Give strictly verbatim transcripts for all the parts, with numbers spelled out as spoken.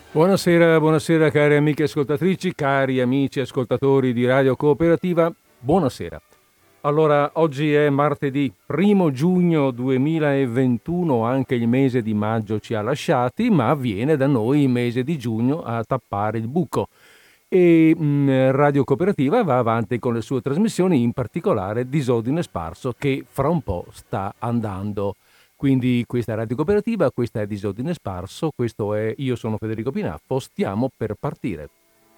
Buonasera, buonasera cari amiche ascoltatrici, cari amici ascoltatori di Radio Cooperativa, buonasera. Allora, oggi è martedì, primo giugno duemilaventuno, anche il mese di maggio ci ha lasciati, ma viene da noi il mese di giugno a tappare il buco. E mh, Radio Cooperativa va avanti con le sue trasmissioni, in particolare Disordine Sparso, che fra un po' sta andando. Quindi questa è Radio Cooperativa, questa è Disordine Sparso, questo è Io sono Federico Pinaffo, stiamo per partire.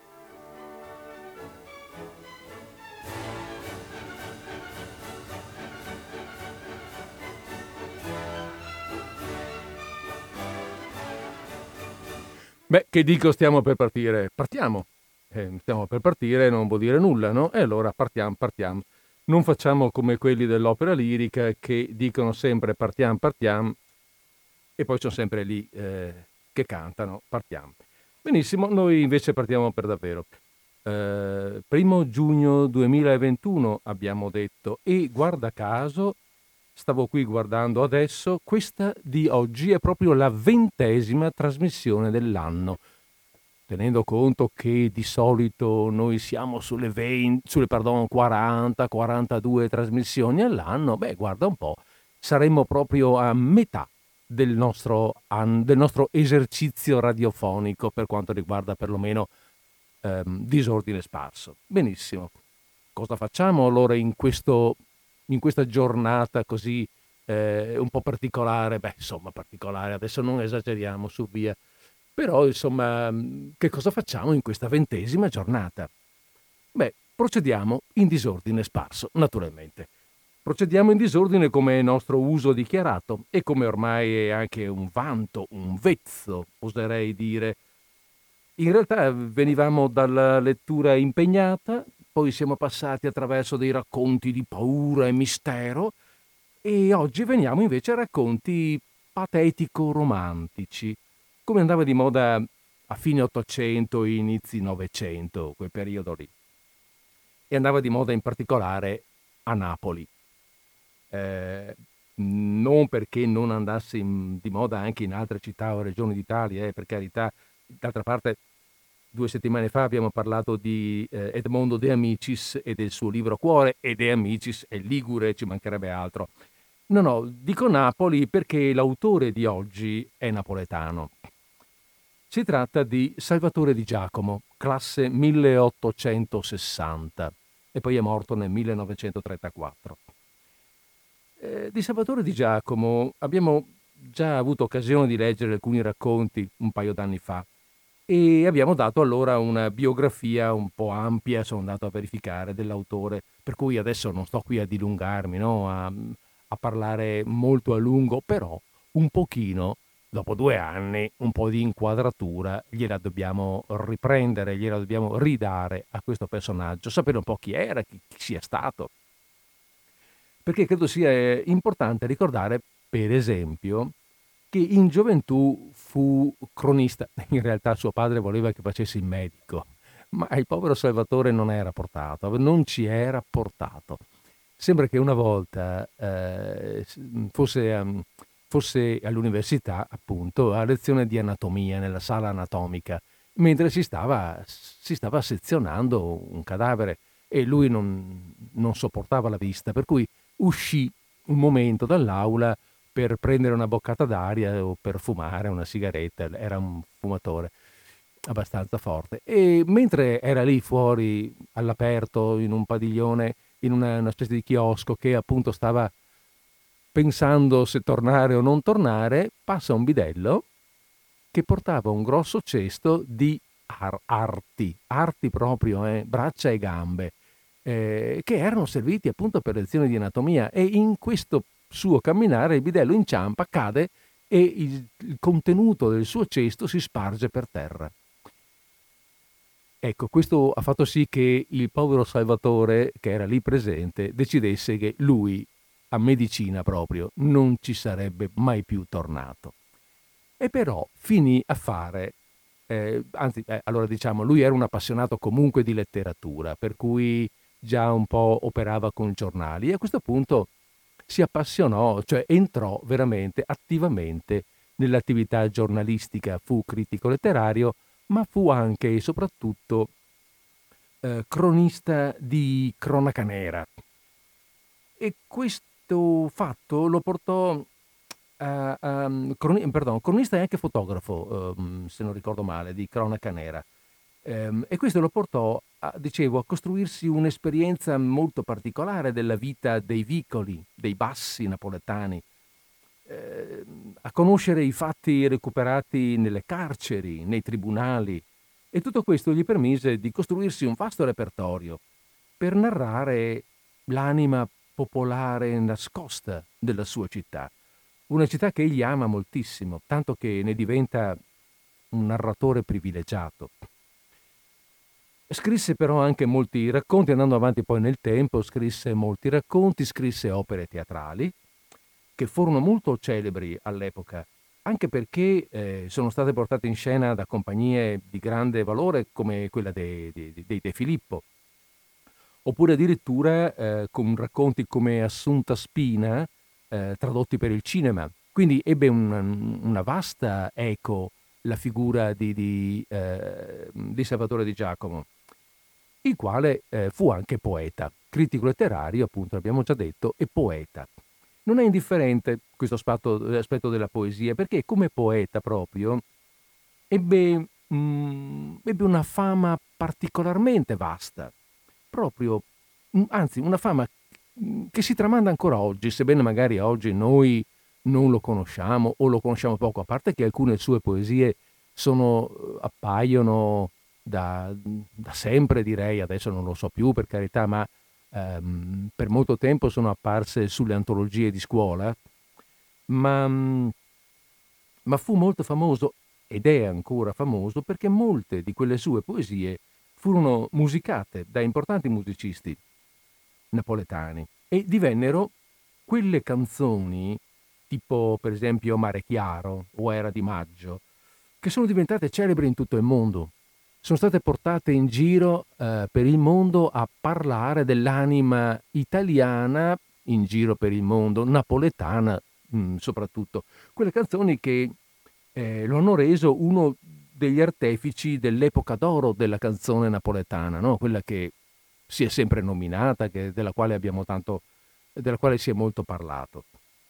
Beh, che dico stiamo per partire? Partiamo. Eh, stiamo per partire non vuol dire nulla, no? E allora partiamo, partiamo. Non facciamo come quelli dell'opera lirica che dicono sempre partiamo, partiamo e poi sono sempre lì eh, che cantano, partiamo. Benissimo, noi invece partiamo per davvero. Eh, primo giugno duemilaventuno abbiamo detto e guarda caso, stavo qui guardando adesso, questa di oggi è proprio la ventesima trasmissione dell'anno. Tenendo conto che di solito noi siamo sulle, venti, sulle pardon, quaranta quarantadue trasmissioni all'anno, beh guarda un po', saremmo proprio a metà del nostro, an- del nostro esercizio radiofonico per quanto riguarda perlomeno ehm, Disordine Sparso. Benissimo. Cosa facciamo allora in, questo, in questa giornata così eh, un po' particolare? Beh, insomma, particolare, adesso non esageriamo, su via. Però, insomma, che cosa facciamo in questa ventesima giornata? Beh, procediamo in disordine sparso, naturalmente. Procediamo in disordine come è nostro uso dichiarato e come ormai è anche un vanto, un vezzo, oserei dire. In realtà venivamo dalla lettura impegnata, poi siamo passati attraverso dei racconti di paura e mistero e oggi veniamo invece a racconti patetico-romantici, come andava di moda a fine Ottocento e inizi Novecento, quel periodo lì. E andava di moda in particolare a Napoli. Eh, non perché non andasse in, di moda anche in altre città o regioni d'Italia, eh, per carità. D'altra parte, due settimane fa abbiamo parlato di eh, Edmondo De Amicis e del suo libro Cuore, e De Amicis è ligure, ci mancherebbe altro. No, no, dico Napoli perché l'autore di oggi è napoletano. Si tratta di Salvatore Di Giacomo, classe milleottocentosessanta, e poi è morto nel millenovecentotrentaquattro. Eh, di Salvatore Di Giacomo abbiamo già avuto occasione di leggere alcuni racconti un paio d'anni fa e abbiamo dato allora una biografia un po' ampia, sono andato a verificare, dell'autore, per cui adesso non sto qui a dilungarmi, no? a, a parlare molto a lungo, però un pochino, dopo due anni, un po' di inquadratura gliela dobbiamo riprendere, gliela dobbiamo ridare a questo personaggio, sapere un po' chi era, chi, chi sia stato. Perché credo sia eh, importante ricordare, per esempio, che in gioventù fu cronista. In realtà suo padre voleva che facesse il medico, ma il povero Salvatore non era portato, non ci era portato. Sembra che una volta eh, fosse, um, fosse all'università, appunto, a lezione di anatomia, nella sala anatomica, mentre si stava, si stava sezionando un cadavere e lui non, non sopportava la vista, per cui uscì un momento dall'aula per prendere una boccata d'aria o per fumare una sigaretta, era un fumatore abbastanza forte. E mentre era lì fuori all'aperto in un padiglione, in una, una specie di chiosco che appunto stava pensando se tornare o non tornare, passa un bidello che portava un grosso cesto di ar- arti, arti proprio, eh, braccia e gambe, eh, che erano serviti appunto per lezioni di anatomia, e in questo suo camminare il bidello inciampa, cade e il, il contenuto del suo cesto si sparge per terra. Ecco, questo ha fatto sì che il povero Salvatore, che era lì presente, decidesse che lui, a medicina proprio, non ci sarebbe mai più tornato. E però finì a fare, eh, anzi, eh, allora diciamo, lui era un appassionato comunque di letteratura, per cui già un po' operava con giornali, e a questo punto si appassionò, cioè entrò veramente attivamente nell'attività giornalistica fu critico letterario, ma fu anche e soprattutto eh, cronista di cronaca nera. E questo fatto lo portò a, a croni- perdon, cronista e anche fotografo, ehm, se non ricordo male, di cronaca nera. Ehm, e questo lo portò, a, dicevo, a costruirsi un'esperienza molto particolare della vita dei vicoli, dei bassi napoletani, eh, a conoscere i fatti recuperati nelle carceri, nei tribunali, e tutto questo gli permise di costruirsi un vasto repertorio per narrare l'anima popolare nascosta della sua città, una città che egli ama moltissimo, tanto che ne diventa un narratore privilegiato. Scrisse però anche molti racconti, andando avanti poi nel tempo, scrisse molti racconti, scrisse opere teatrali che furono molto celebri all'epoca, anche perché eh, sono state portate in scena da compagnie di grande valore come quella dei, dei, dei De Filippo, oppure addirittura eh, con racconti come Assunta Spina, eh, tradotti per il cinema. Quindi ebbe un, una vasta eco la figura di, di, eh, di Salvatore Di Giacomo, il quale eh, fu anche poeta, critico letterario, appunto, l'abbiamo già detto, e poeta. Non è indifferente questo aspetto, aspetto della poesia, perché come poeta proprio ebbe, mm, ebbe una fama particolarmente vasta, proprio, mm, anzi una fama mm, che si tramanda ancora oggi, sebbene magari oggi noi non lo conosciamo o lo conosciamo poco, a parte che alcune sue poesie sono, eh, appaiono da, da sempre, direi, adesso non lo so più per carità, ma ehm, per molto tempo sono apparse sulle antologie di scuola, ma, mm, ma fu molto famoso ed è ancora famoso perché molte di quelle sue poesie furono musicate da importanti musicisti napoletani e divennero quelle canzoni, tipo per esempio Mare Chiaro o Era di Maggio, che sono diventate celebri in tutto il mondo. Sono state portate in giro eh, per il mondo a parlare dell'anima italiana in giro per il mondo, napoletana mh, soprattutto. Quelle canzoni che eh, lo hanno reso uno degli artefici dell'epoca d'oro della canzone napoletana, no? Quella che si è sempre nominata, che, della quale abbiamo tanto, della quale si è molto parlato.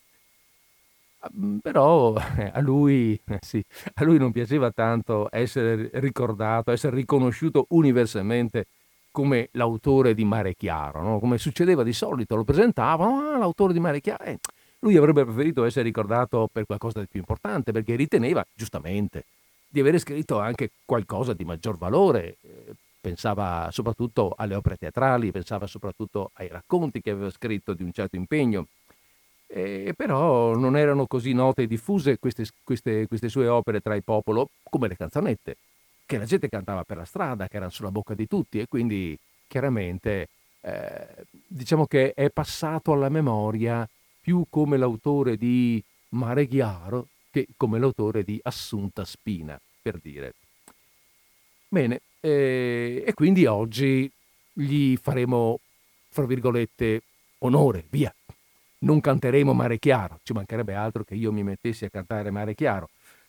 Però eh, a lui, eh, sì, a lui non piaceva tanto essere ricordato, essere riconosciuto universalmente come l'autore di Mare Chiaro, no? Come succedeva di solito, lo presentavano, ah, l'autore di Mare Chiaro. Eh, lui avrebbe preferito essere ricordato per qualcosa di più importante, perché riteneva, giustamente, di avere scritto anche qualcosa di maggior valore. Eh, pensava soprattutto alle opere teatrali, pensava soprattutto ai racconti che aveva scritto di un certo impegno. Eh, però non erano così note e diffuse queste, queste, queste sue opere tra il popolo come le canzonette, che la gente cantava per la strada, che erano sulla bocca di tutti e quindi chiaramente eh, diciamo che è passato alla memoria più come l'autore di Mare Chiaro che come l'autore di Assunta Spina, per dire. Bene, eh, e quindi oggi gli faremo, fra virgolette, onore, via. Non canteremo Mare Chiaro, ci mancherebbe altro che io mi mettessi a cantare Mare Chiaro.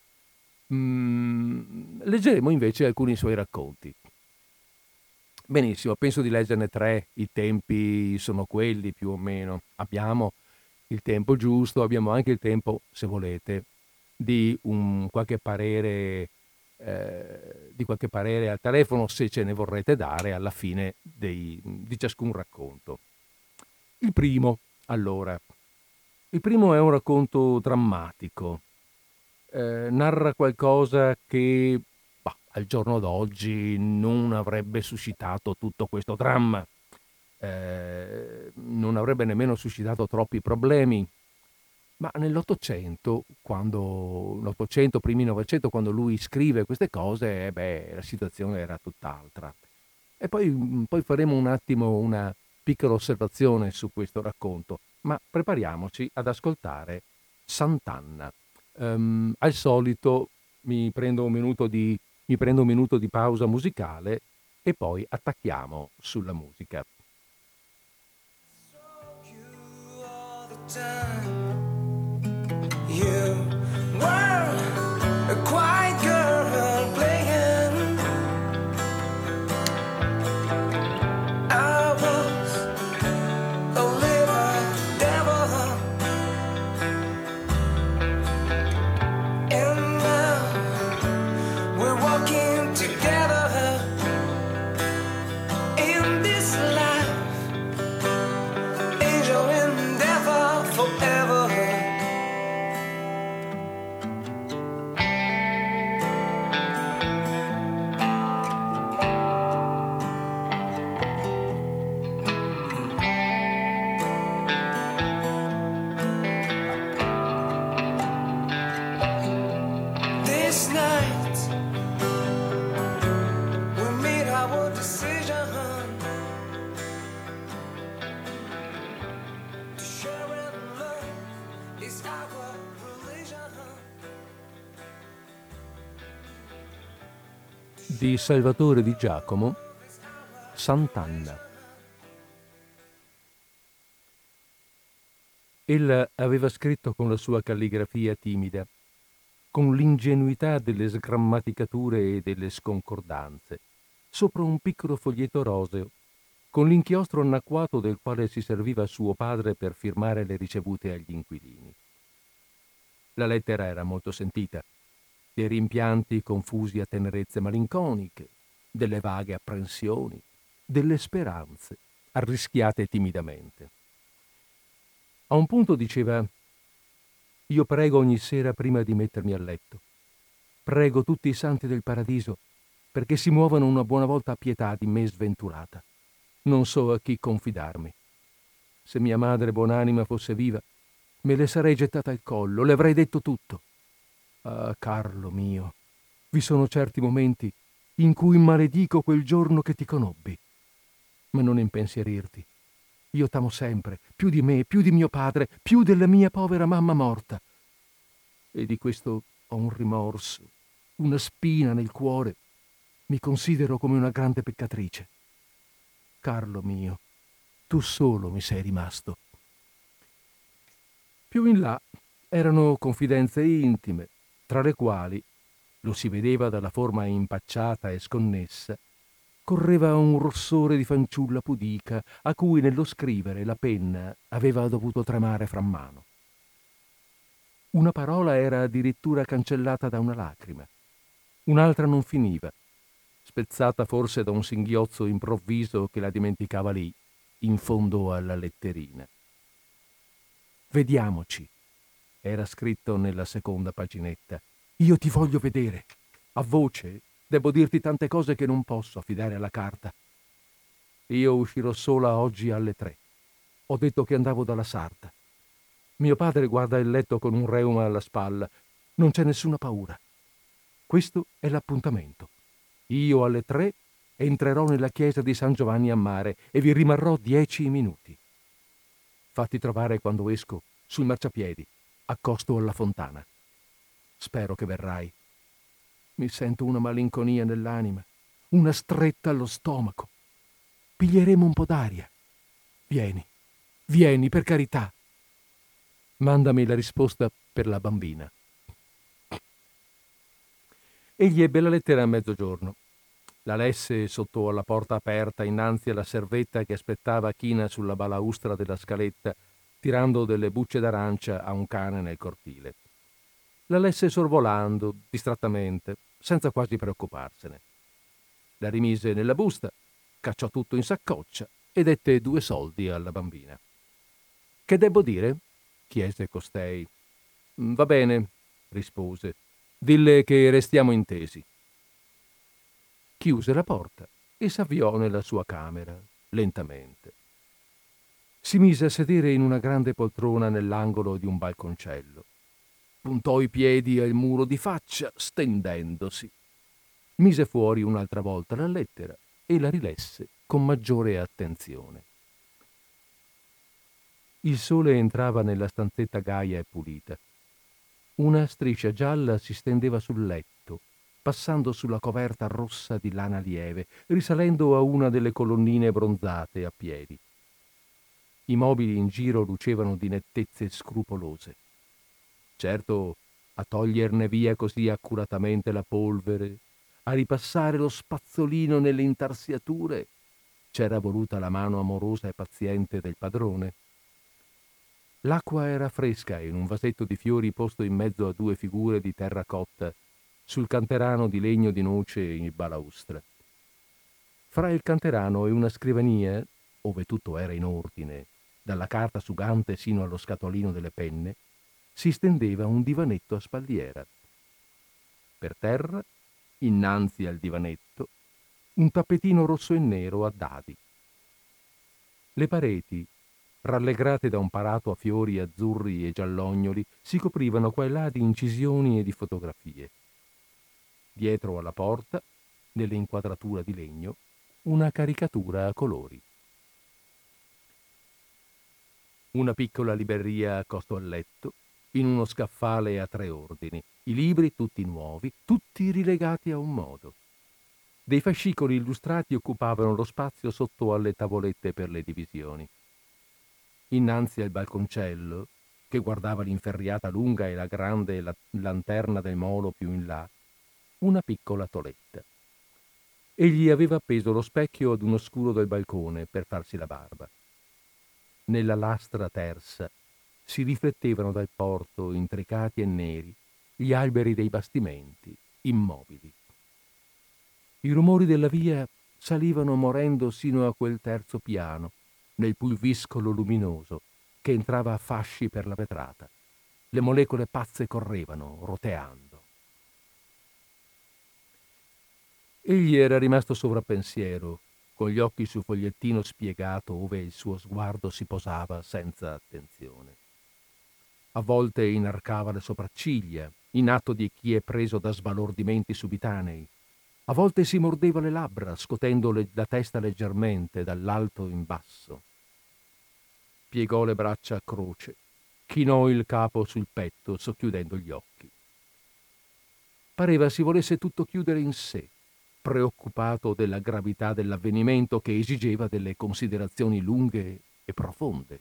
Mm, leggeremo invece alcuni suoi racconti. Benissimo, penso di leggerne tre, i tempi sono quelli più o meno. Abbiamo il tempo giusto, abbiamo anche il tempo, se volete, di un qualche parere, eh, di qualche parere al telefono, se ce ne vorrete dare alla fine dei- di ciascun racconto. Il primo, allora. Il primo è un racconto drammatico, eh, narra qualcosa che bah, al giorno d'oggi non avrebbe suscitato tutto questo dramma, eh, non avrebbe nemmeno suscitato troppi problemi, ma nell'Ottocento, quando l'Ottocento, primi Novecento, quando lui scrive queste cose, eh beh, la situazione era tutt'altra. E poi, poi faremo un attimo una piccola osservazione su questo racconto, ma prepariamoci ad ascoltare Sant'Anna. Ehm, al solito mi prendo un minuto di, mi prendo un minuto di pausa musicale e poi attacchiamo sulla musica. You were Di Salvatore Di Giacomo, Sant'Anna. Ella aveva scritto con la sua calligrafia timida, con l'ingenuità delle sgrammaticature e delle sconcordanze, sopra un piccolo foglietto roseo, con l'inchiostro annacquato del quale si serviva suo padre per firmare le ricevute agli inquilini. La lettera era molto sentita, dei rimpianti confusi a tenerezze malinconiche, delle vaghe apprensioni, delle speranze arrischiate timidamente. A un punto diceva: «Io prego ogni sera prima di mettermi a letto. Prego tutti i santi del paradiso perché si muovano una buona volta a pietà di me sventurata. Non so a chi confidarmi. Se mia madre buonanima fosse viva, me le sarei gettata al collo, le avrei detto tutto. Ah, Carlo mio, vi sono certi momenti in cui maledico quel giorno che ti conobbi. Ma non impensierirti. Io t'amo sempre, più di me, più di mio padre, più della mia povera mamma morta. E di questo ho un rimorso, una spina nel cuore. Mi considero come una grande peccatrice. Carlo mio, tu solo mi sei rimasto». Più in là erano confidenze intime, tra le quali, lo si vedeva dalla forma impacciata e sconnessa, correva un rossore di fanciulla pudica a cui nello scrivere la penna aveva dovuto tremare fra mano. Una parola era addirittura cancellata da una lacrima, un'altra non finiva, spezzata forse da un singhiozzo improvviso che la dimenticava lì, in fondo alla letterina. «Vediamoci», era scritto nella seconda paginetta. «Io ti voglio vedere. A voce devo dirti tante cose che non posso affidare alla carta. Io uscirò sola oggi alle tre. Ho detto che andavo dalla sarta. Mio padre guarda il letto con un reuma alla spalla. Non c'è nessuna paura. Questo è l'appuntamento. Io alle tre entrerò nella chiesa di San Giovanni a Mare e vi rimarrò dieci minuti. Fatti trovare quando esco sul marciapiedi, accosto alla fontana. Spero che verrai. Mi sento una malinconia nell'anima, una stretta allo stomaco. Piglieremo un po' d'aria. Vieni, vieni, per carità. Mandami la risposta per la bambina». Egli ebbe la lettera a mezzogiorno. La lesse sotto alla porta aperta innanzi alla servetta che aspettava china sulla balaustra della scaletta, tirando delle bucce d'arancia a un cane nel cortile. La lesse sorvolando, distrattamente, senza quasi preoccuparsene. La rimise nella busta, cacciò tutto in saccoccia e dette due soldi alla bambina. «Che debbo dire?» chiese costei. «Va bene», rispose. «Dille che restiamo intesi». Chiuse la porta e s'avviò nella sua camera, lentamente. Si mise a sedere in una grande poltrona nell'angolo di un balconcello. Puntò i piedi al muro di faccia, stendendosi. Mise fuori un'altra volta la lettera e la rilesse con maggiore attenzione. Il sole entrava nella stanzetta gaia e pulita. Una striscia gialla si stendeva sul letto, passando sulla coperta rossa di lana lieve, risalendo a una delle colonnine bronzate a piedi. I mobili in giro lucevano di nettezze scrupolose. Certo, a toglierne via così accuratamente la polvere, a ripassare lo spazzolino nelle intarsiature, c'era voluta la mano amorosa e paziente del padrone. L'acqua era fresca in un vasetto di fiori posto in mezzo a due figure di terracotta sul canterano di legno di noce in balaustra. Fra il canterano e una scrivania, ove tutto era in ordine, dalla carta sugante sino allo scatolino delle penne, si stendeva un divanetto a spalliera. Per terra, innanzi al divanetto, un tappetino rosso e nero a dadi. Le pareti, rallegrate da un parato a fiori azzurri e giallognoli, si coprivano qua e là di incisioni e di fotografie. Dietro alla porta, nell'inquadratura di legno, una caricatura a colori. Una piccola libreria accosto al letto, in uno scaffale a tre ordini, i libri tutti nuovi, tutti rilegati a un modo. Dei fascicoli illustrati occupavano lo spazio sotto alle tavolette per le divisioni. Innanzi al balconcello, che guardava l'inferriata lunga e la grande la- lanterna del molo più in là, una piccola toletta. Egli aveva appeso lo specchio ad uno scuro del balcone per farsi la barba. Nella lastra tersa si riflettevano dal porto, intricati e neri, gli alberi dei bastimenti, immobili. I rumori della via salivano morendo sino a quel terzo piano, nel pulviscolo luminoso che entrava a fasci per la vetrata. Le molecole pazze correvano, roteando. Egli era rimasto sovrappensiero, con gli occhi sul fogliettino spiegato ove il suo sguardo si posava senza attenzione. A volte inarcava le sopracciglia, in atto di chi è preso da sbalordimenti subitanei. A volte si mordeva le labbra, scotendo le- la testa leggermente dall'alto in basso. Piegò le braccia a croce, chinò il capo sul petto, socchiudendo gli occhi. Pareva si volesse tutto chiudere in sé, preoccupato della gravità dell'avvenimento che esigeva delle considerazioni lunghe e profonde.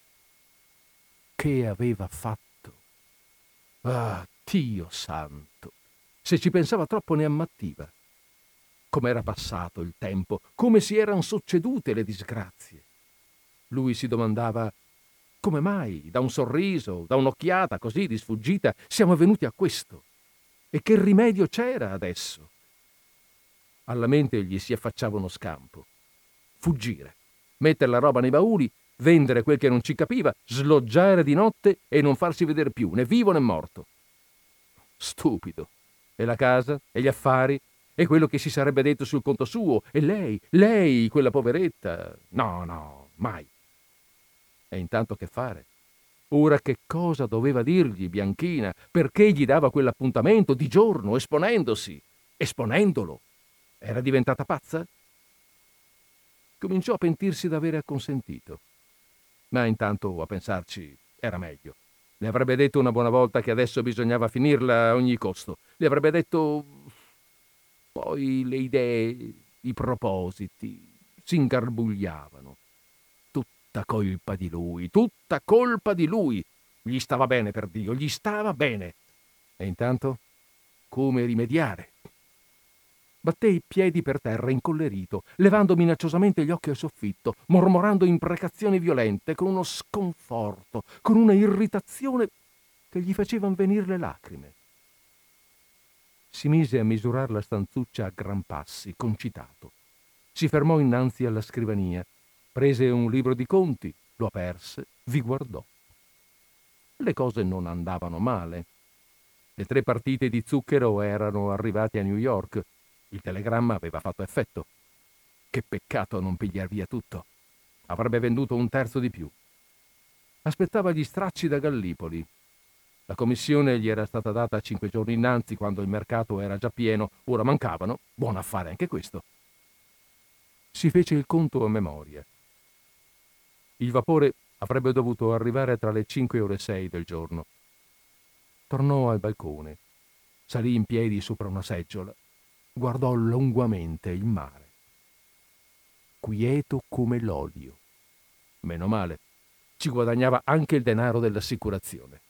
Che aveva fatto? Ah, Dio santo! Se ci pensava troppo ne ammattiva. Com'era passato il tempo, come si eran succedute le disgrazie. Lui si domandava come mai, da un sorriso, da un'occhiata così di sfuggita, siamo venuti a questo? E che rimedio c'era adesso? Alla mente gli si affacciava uno scampo. Fuggire, mettere la roba nei bauli, vendere quel che non ci capiva, sloggiare di notte e non farsi vedere più, né vivo né morto. Stupido. E la casa? E gli affari? E quello che si sarebbe detto sul conto suo? E lei? Lei, quella poveretta? No, no, mai. E intanto che fare? Ora che cosa doveva dirgli Bianchina? Perché gli dava quell'appuntamento di giorno, esponendosi? Esponendolo? Era diventata pazza? Cominciò a pentirsi d'avere acconsentito. Ma intanto, a pensarci, era meglio. Le avrebbe detto una buona volta che adesso bisognava finirla a ogni costo. Le avrebbe detto... Poi le idee, i propositi, si ingarbugliavano. Tutta colpa di lui, tutta colpa di lui. Gli stava bene, per Dio, gli stava bene. E intanto, come rimediare? Batté i piedi per terra incollerito, levando minacciosamente gli occhi al soffitto, mormorando imprecazioni violente, con uno sconforto, con una irritazione che gli facevano venire le lacrime. Si mise a misurar la stanzuccia a gran passi, concitato. Si fermò innanzi alla scrivania, prese un libro di conti, lo aperse, vi guardò. Le cose non andavano male. Le tre partite di zucchero erano arrivate a New York. Il telegramma aveva fatto effetto. Che peccato non pigliar via tutto. Avrebbe venduto un terzo di più. Aspettava gli stracci da Gallipoli. La commissione gli era stata data cinque giorni innanzi, quando il mercato era già pieno. Ora mancavano. Buon affare anche questo. Si fece il conto a memoria. Il vapore avrebbe dovuto arrivare tra le cinque e le sei del giorno. Tornò al balcone, salì in piedi sopra una seggiola, guardò longuamente il mare. Quieto come l'olio. Meno male, ci guadagnava anche il denaro dell'assicurazione.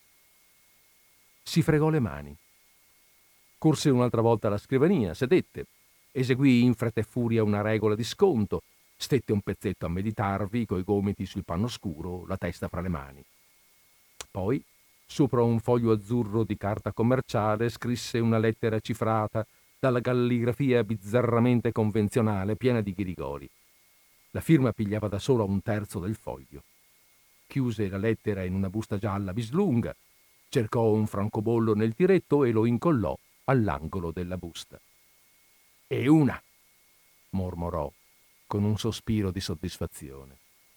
Si fregò le mani. Corse un'altra volta alla scrivania, sedette, eseguì in fretta e furia una regola di sconto, stette un pezzetto a meditarvi coi gomiti sul panno scuro, la testa fra le mani. Poi, sopra un foglio azzurro di carta commerciale, scrisse una lettera cifrata dalla calligrafia bizzarramente convenzionale, piena di ghirigori. La firma pigliava da sola un terzo del foglio. Chiuse la lettera in una busta gialla bislunga, cercò un francobollo nel tiretto e lo incollò all'angolo della busta. «E una!» mormorò con un sospiro di soddisfazione.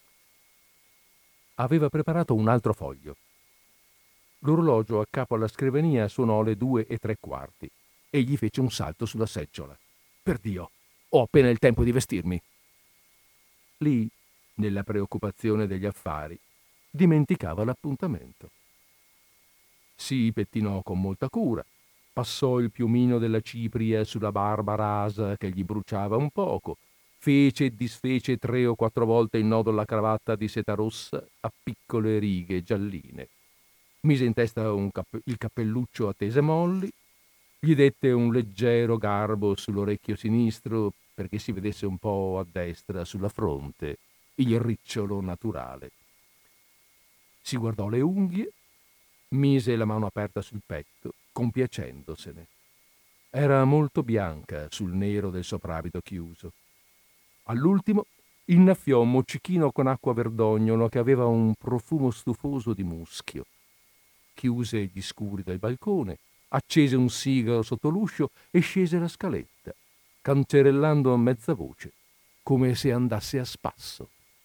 Aveva preparato un altro foglio. L'orologio a capo alla scrivania suonò le due e tre quarti. Egli fece un salto sulla seggiola. «Per Dio, ho appena il tempo di vestirmi!» Lì, nella preoccupazione degli affari, dimenticava l'appuntamento. Si pettinò con molta cura, Passò il piumino della cipria sulla barba rasa che gli bruciava un poco, fece e disfece tre o quattro volte il nodo alla cravatta di seta rossa a piccole righe gialline. Mise in testa un capp- il cappelluccio a tese molli, gli dette un leggero garbo sull'orecchio sinistro perché si vedesse un po' a destra sulla fronte il ricciolo naturale. Si guardò le unghie, mise la mano aperta sul petto, compiacendosene. Era molto bianca sul nero del soprabito chiuso. All'ultimo innaffiò un moccichino con acqua verdognolo che aveva un profumo stufoso di muschio. Chiuse gli scuri del balcone, accese un sigaro sotto l'uscio e scese la scaletta, cancerellando a mezza voce, come se andasse a spasso.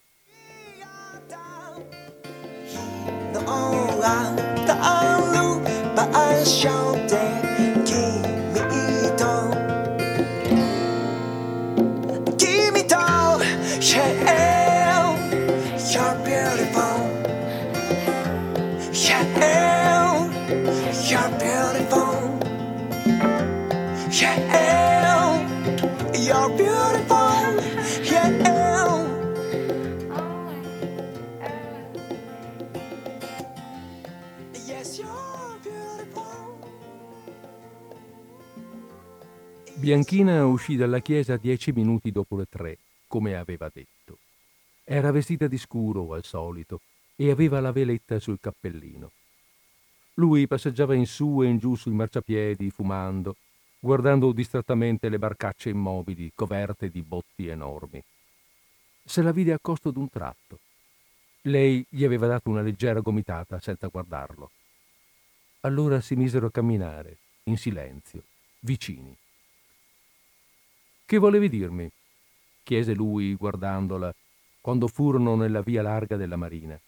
Bianchina uscì dalla chiesa dieci minuti dopo le tre, come aveva detto. Era vestita di scuro al solito e aveva la veletta sul cappellino. Lui passeggiava in su e in giù sui marciapiedi, fumando, guardando distrattamente le barcacce immobili coperte di botti enormi. Se la vide accosto d'un tratto. Lei gli aveva dato una leggera gomitata senza guardarlo. Allora si misero a camminare, in silenzio, vicini. «Che volevi dirmi?» chiese lui guardandola quando furono nella via larga della Marina.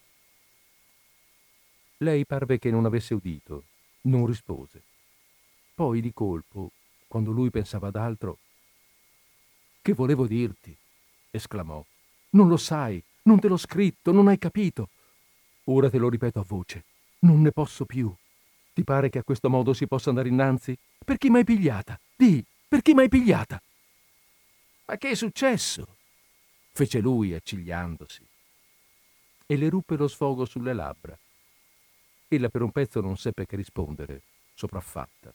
Lei parve che non avesse udito, non rispose. Poi di colpo, quando lui pensava ad altro, «Che volevo dirti?» esclamò. «Non lo sai, non te l'ho scritto, non hai capito. Ora te lo ripeto a voce, non ne posso più. Ti pare che a questo modo si possa andare innanzi? Per chi m'hai pigliata? Di, per chi m'hai pigliata?» «Ma che è successo?» fece lui accigliandosi. E le ruppe lo sfogo sulle labbra. Ella per un pezzo non seppe che rispondere, sopraffatta.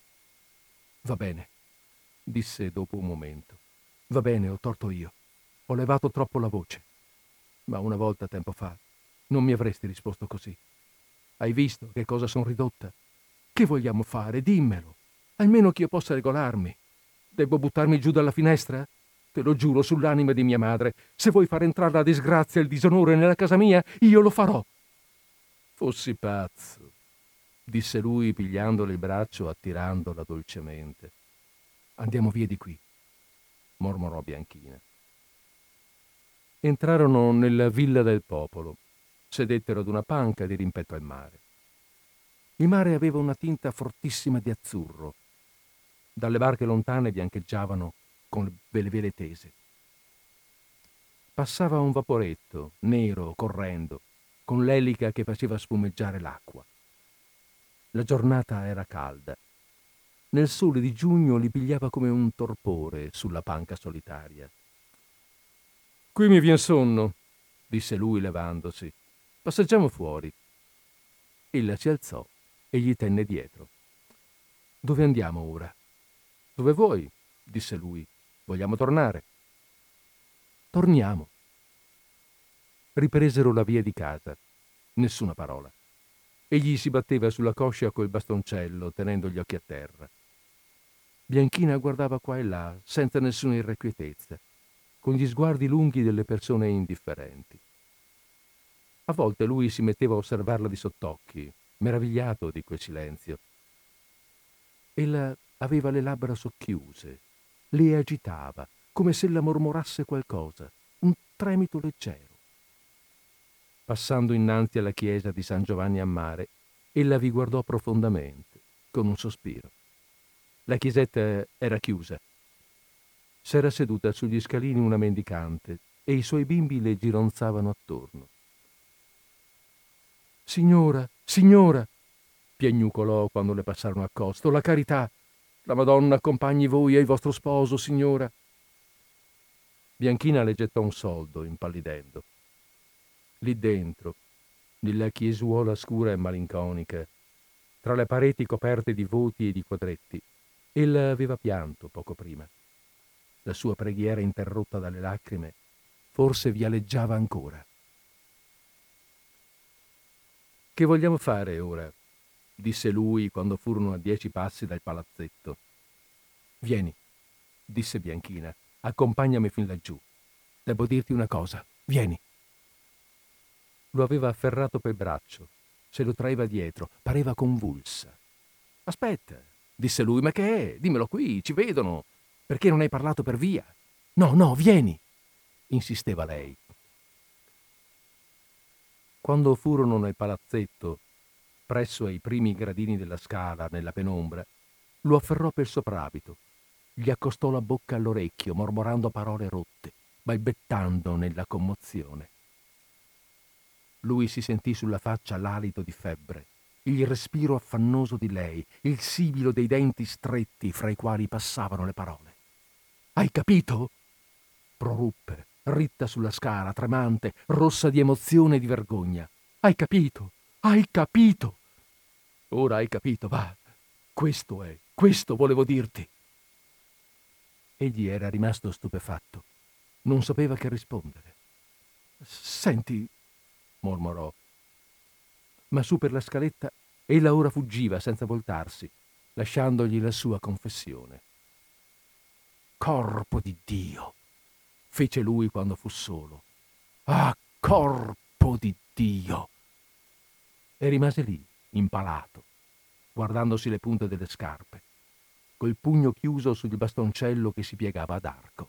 «Va bene», disse dopo un momento. «Va bene, ho torto io. Ho levato troppo la voce. Ma una volta, tempo fa, non mi avresti risposto così. Hai visto che cosa son ridotta? Che vogliamo fare? Dimmelo. Almeno che io possa regolarmi. Debbo buttarmi giù dalla finestra? Te lo giuro sull'anima di mia madre. Se vuoi far entrare la disgrazia e il disonore nella casa mia, io lo farò». «Fossi pazzo», disse lui pigliandole il braccio, attirandola dolcemente. «Andiamo via di qui», mormorò Bianchina. Entrarono nella villa del popolo. Sedettero ad una panca di rimpetto al mare. Il mare aveva una tinta fortissima di azzurro. Dalle barche lontane biancheggiavano con le vele tese. Passava un vaporetto, nero, correndo, con l'elica che faceva spumeggiare l'acqua. La giornata era calda. Nel sole di giugno li pigliava come un torpore sulla panca solitaria. «Qui mi vien sonno», disse lui levandosi. «Passeggiamo fuori». Ella si alzò e gli tenne dietro. «Dove andiamo ora?» «Dove vuoi», disse lui. «Vogliamo tornare?» «Torniamo». Ripresero la via di casa. Nessuna parola. Egli si batteva sulla coscia col bastoncello, tenendo gli occhi a terra. Bianchina guardava qua e là, senza nessuna irrequietezza, con gli sguardi lunghi delle persone indifferenti. A volte lui si metteva a osservarla di sottocchi, meravigliato di quel silenzio. Ella aveva le labbra socchiuse, le agitava, come se ella mormorasse qualcosa, un tremito leggero. Passando innanzi alla chiesa di San Giovanni a Mare, ella vi guardò profondamente, con un sospiro. La chiesetta era chiusa. S'era seduta sugli scalini una mendicante e i suoi bimbi le gironzavano attorno. «Signora, signora!» piagnucolò quando le passarono accosto. La carità, la Madonna accompagni voi e il vostro sposo, signora. Bianchina le gettò un soldo, impallidendo. Lì dentro, nella chiesuola scura e malinconica, tra le pareti coperte di voti e di quadretti, ella aveva pianto poco prima. La sua preghiera interrotta dalle lacrime forse vialeggiava ancora. «Che vogliamo fare ora?» disse lui quando furono a dieci passi dal palazzetto. «Vieni», disse Bianchina, «accompagnami fin laggiù. Devo dirti una cosa. Vieni». Lo aveva afferrato per braccio, se lo traeva dietro, pareva convulsa. «Aspetta», disse lui, «ma che è? Dimmelo qui, ci vedono. Perché non hai parlato per via?» «No, no, vieni», insisteva lei. Quando furono nel palazzetto, presso ai primi gradini della scala, nella penombra, lo afferrò per soprabito, gli accostò la bocca all'orecchio, mormorando parole rotte, balbettando nella commozione. Lui si sentì sulla faccia l'alito di febbre, il respiro affannoso di lei, il sibilo dei denti stretti fra i quali passavano le parole. «Hai capito?» proruppe, ritta sulla scala, tremante, rossa di emozione e di vergogna. «Hai capito? Hai capito? Ora hai capito, va. Questo è, questo volevo dirti». Egli era rimasto stupefatto. Non sapeva che rispondere. «Senti», mormorò. Ma su per la scaletta ella ora fuggiva senza voltarsi, lasciandogli la sua confessione. «Corpo di Dio!» fece lui quando fu solo. «Ah, corpo di Dio!» E rimase lì, impalato, guardandosi le punte delle scarpe, col pugno chiuso sul bastoncello che si piegava ad arco.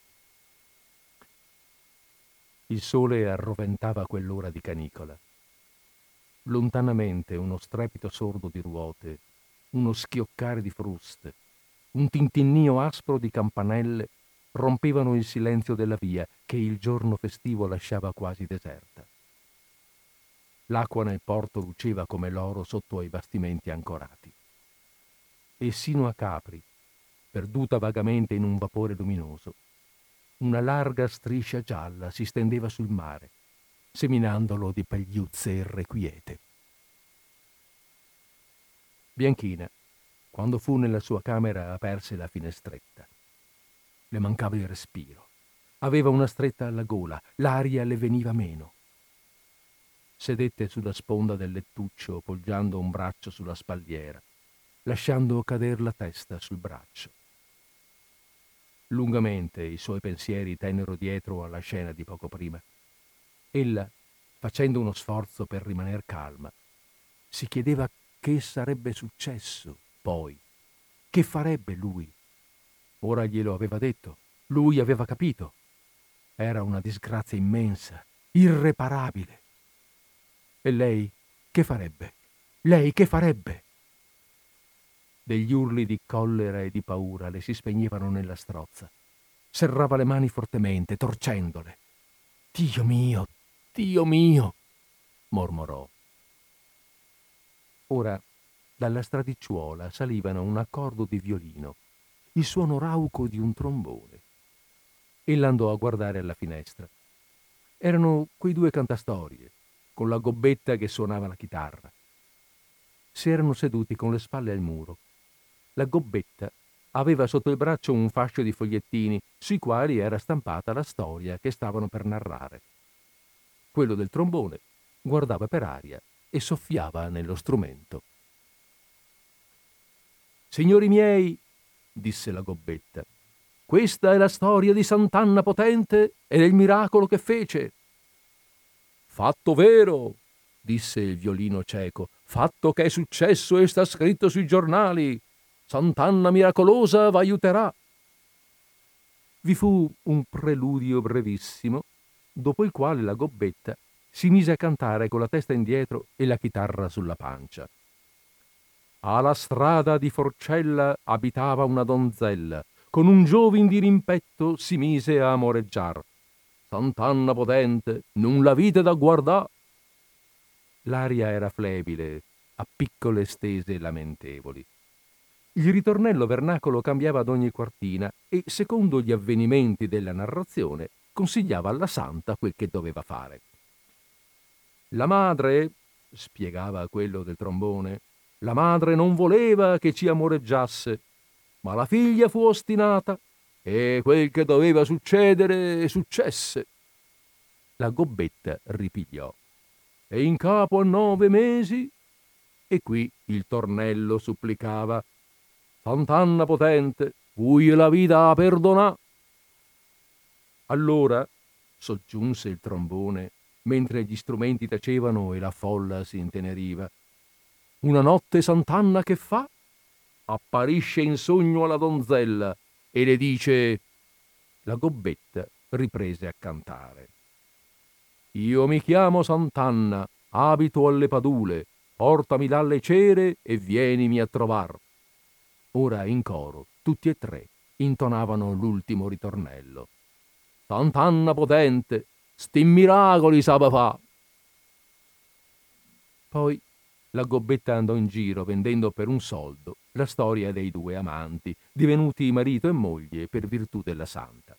Il sole arroventava quell'ora di canicola. Lontanamente uno strepito sordo di ruote, uno schioccare di fruste, un tintinnio aspro di campanelle rompevano il silenzio della via che il giorno festivo lasciava quasi deserta. L'acqua nel porto luceva come l'oro sotto ai bastimenti ancorati. E sino a Capri, perduta vagamente in un vapore luminoso, una larga striscia gialla si stendeva sul mare, seminandolo di pagliuzze irrequiete. Bianchina, quando fu nella sua camera, aperse la finestretta. Le mancava il respiro. Aveva una stretta alla gola, l'aria le veniva meno. Sedette sulla sponda del lettuccio, poggiando un braccio sulla spalliera, lasciando cader la testa sul braccio. Lungamente i suoi pensieri tennero dietro alla scena di poco prima. Ella, facendo uno sforzo per rimaner calma, si chiedeva che sarebbe successo poi. Che farebbe lui? Ora glielo aveva detto. Lui aveva capito. Era una disgrazia immensa, irreparabile. E lei che farebbe? Lei che farebbe? Degli urli di collera e di paura le si spegnevano nella strozza. Serrava le mani fortemente, torcendole. «Dio mio, Dio mio!» mormorò. Ora, dalla stradicciuola salivano un accordo di violino, il suono rauco di un trombone. Ella andò a guardare alla finestra. Erano quei due cantastorie, con la gobbetta che suonava la chitarra. Si erano seduti con le spalle al muro. La gobbetta aveva sotto il braccio un fascio di fogliettini sui quali era stampata la storia che stavano per narrare. Quello del trombone guardava per aria e soffiava nello strumento. «Signori miei», disse la gobbetta, «questa è la storia di Sant'Anna Potente e del miracolo che fece». «Fatto vero», disse il violino cieco, «fatto che è successo e sta scritto sui giornali. Sant'Anna miracolosa v'aiuterà». Vi fu un preludio brevissimo, dopo il quale la gobbetta si mise a cantare con la testa indietro e la chitarra sulla pancia. Alla strada di Forcella abitava una donzella, con un giovin di rimpetto si mise a amoreggiar. Sant'Anna Potente, non la vide da guardà. L'aria era flebile, a piccole stese lamentevoli. Il ritornello vernacolo cambiava ad ogni quartina e, secondo gli avvenimenti della narrazione, consigliava alla santa quel che doveva fare. La madre, spiegava quello del trombone, la madre non voleva che ci amoreggiasse, ma la figlia fu ostinata e quel che doveva succedere successe. La gobbetta ripigliò. E in capo a nove mesi? E qui il tornello supplicava. Sant'Anna potente, cui la vita perdonà. Allora, soggiunse il trombone, mentre gli strumenti tacevano e la folla si inteneriva, una notte Sant'Anna che fa? Apparisce in sogno alla donzella e le dice. La gobbetta riprese a cantare. Io mi chiamo Sant'Anna, abito alle Padule, portami dalle cere e vienimi a trovar. Ora in coro tutti e tre intonavano l'ultimo ritornello. Sant'Anna potente, sti miracoli sape fa. Poi la gobbetta andò in giro vendendo per un soldo la storia dei due amanti, divenuti marito e moglie per virtù della santa.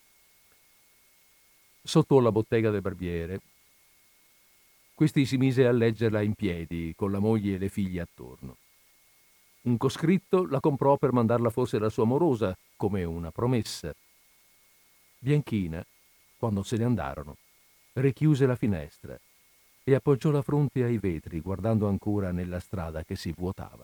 Sotto la bottega del barbiere, questi si mise a leggerla in piedi, con la moglie e le figlie attorno. Un coscritto la comprò per mandarla forse alla sua morosa, come una promessa. Bianchina, quando se ne andarono, richiuse la finestra e appoggiò la fronte ai vetri, guardando ancora nella strada che si vuotava.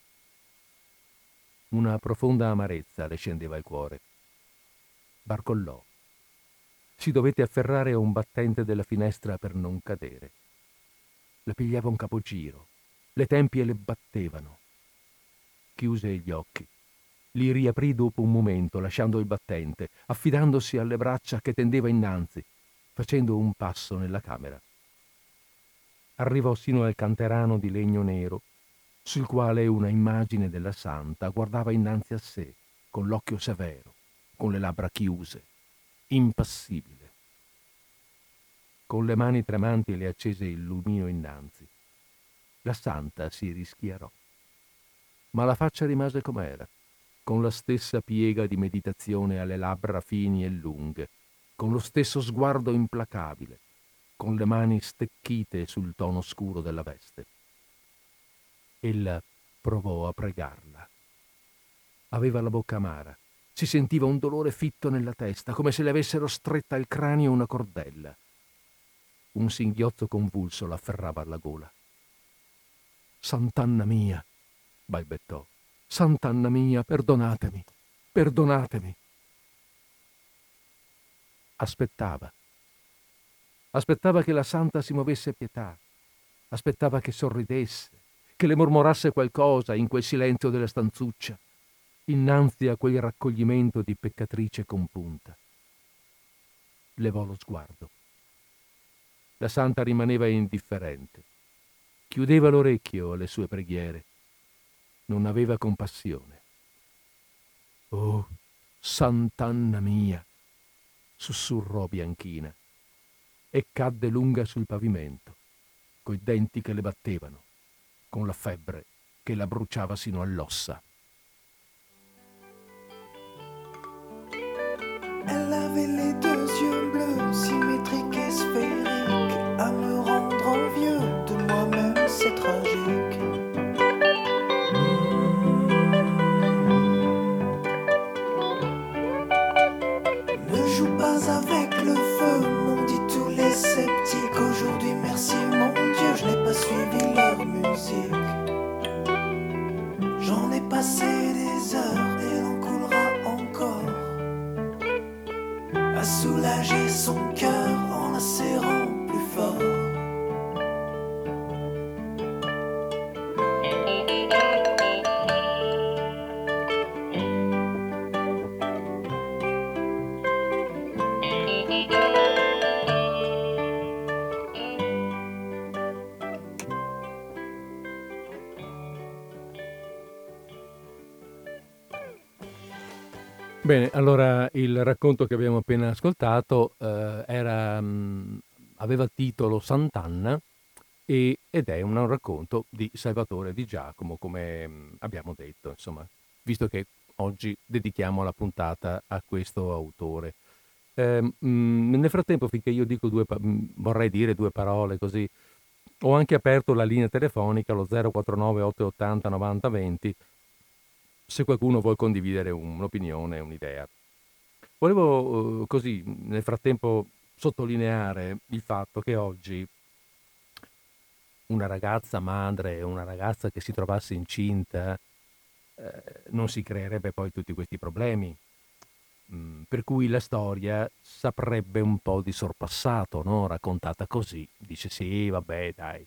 Una profonda amarezza le scendeva al cuore. Barcollò. Si dovette afferrare a un battente della finestra per non cadere. Le pigliava un capogiro, le tempie le battevano. Chiuse gli occhi. Li riaprì dopo un momento, lasciando il battente, affidandosi alle braccia che tendeva innanzi, facendo un passo nella camera. Arrivò sino al canterano di legno nero, sul quale una immagine della santa guardava innanzi a sé, con l'occhio severo, con le labbra chiuse, impassibile. Con le mani tremanti le accese il lumino innanzi. La santa si rischiarò, ma la faccia rimase com'era, con la stessa piega di meditazione alle labbra fini e lunghe, con lo stesso sguardo implacabile, con le mani stecchite sul tono scuro della veste. Ella provò a pregarla. Aveva la bocca amara, si sentiva un dolore fitto nella testa, come se le avessero stretta al cranio una cordella. Un singhiozzo convulso la afferrava alla gola. Sant'Anna mia, balbettò, Sant'Anna mia, perdonatemi, perdonatemi. Aspettava. Aspettava che la santa si muovesse a pietà. Aspettava che sorridesse, che le mormorasse qualcosa in quel silenzio della stanzuccia, innanzi a quel raccoglimento di peccatrice compunta. Levò lo sguardo. La santa rimaneva indifferente. Chiudeva l'orecchio alle sue preghiere. Non aveva compassione. Oh, Sant'Anna mia, sussurrò Bianchina e cadde lunga sul pavimento, coi denti che le battevano, con la febbre che la bruciava sino all'ossa. Elle avait les deux yeux bleus, symétriques et sphériques. À me rendre envieux de moi-même, c'est tragique. Ne joue pas avec le feu, m'ont dit tous les sceptiques. Aujourd'hui, merci mon Dieu, je n'ai pas suivi leur musique. J'en ai passé des heures et l'en coulera encore, à soulager son cœur en la serrant plus fort. Bene, allora il racconto che abbiamo appena ascoltato eh, era, mh, aveva titolo Sant'Anna e, ed è un, un racconto di Salvatore Di Giacomo, come mh, abbiamo detto, insomma, visto che oggi dedichiamo la puntata a questo autore. Eh, mh, nel frattempo, finché io dico due, pa- mh, vorrei dire due parole così, ho anche aperto la linea telefonica, lo zero quattro nove otto otto zero novanta venti, se qualcuno vuol condividere un- un'opinione, un'idea. Volevo eh, così, nel frattempo, sottolineare il fatto che oggi una ragazza madre, una ragazza che si trovasse incinta, eh, non si creerebbe poi tutti questi problemi. Mm, per cui la storia saprebbe un po' di sorpassato, no? Raccontata così. Dice sì, vabbè, dai.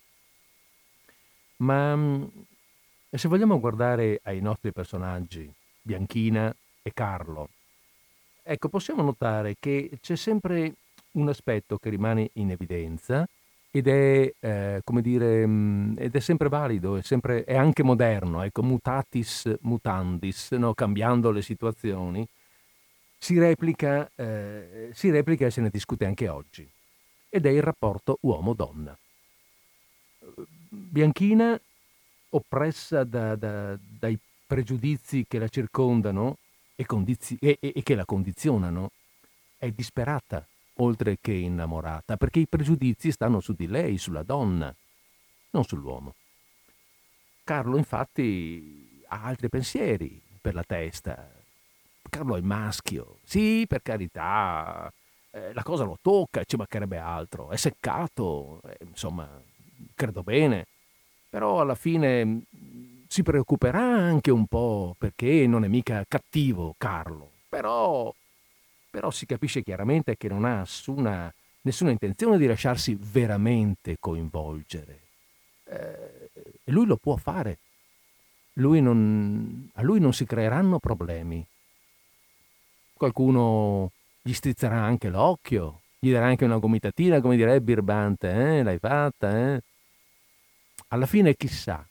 Ma mm, se vogliamo guardare ai nostri personaggi, Bianchina e Carlo, ecco, possiamo notare che c'è sempre un aspetto che rimane in evidenza ed è, eh, come dire, mh, ed è sempre valido, è, sempre, è anche moderno, ecco, mutatis mutandis, no? Cambiando le situazioni, si replica, eh, si replica e se ne discute anche oggi, ed è il rapporto uomo-donna. Bianchina, oppressa da- da- dai pregiudizi che la circondano e, condizi- e- e- e che la condizionano, è disperata, oltre che innamorata, perché i pregiudizi stanno su di lei, sulla donna, non sull'uomo. Carlo, infatti, ha altri pensieri per la testa. Carlo è maschio, sì, per carità, eh, la cosa lo tocca, ci mancherebbe altro, è seccato, eh, insomma, credo bene, però alla fine mh, si preoccuperà anche un po' perché non è mica cattivo Carlo, però, però si capisce chiaramente che non ha nessuna, nessuna intenzione di lasciarsi veramente coinvolgere. Eh, e lui lo può fare, lui non, a lui non si creeranno problemi. Qualcuno gli strizzerà anche l'occhio, gli darà anche una gomitatina, come direbbe Birbante, eh? L'hai fatta, eh? Alla fine, chissà,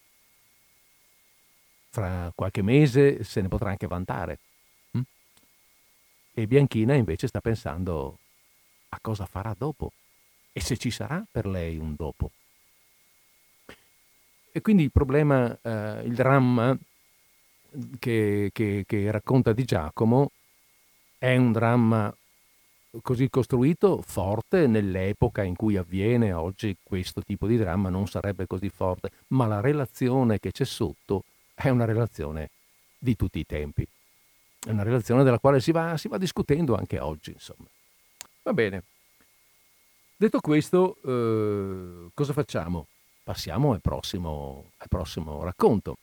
fra qualche mese se ne potrà anche vantare. hm? E Bianchina invece sta pensando a cosa farà dopo e se ci sarà per lei un dopo. E quindi il problema, eh, il dramma che, che, che racconta Di Giacomo è un dramma così costruito, forte nell'epoca in cui avviene. Oggi questo tipo di dramma non sarebbe così forte, ma la relazione che c'è sotto è una relazione di tutti i tempi, è una relazione della quale si va, si va discutendo anche oggi, insomma. Va bene, detto questo, eh, cosa facciamo? Passiamo al prossimo, al prossimo racconto.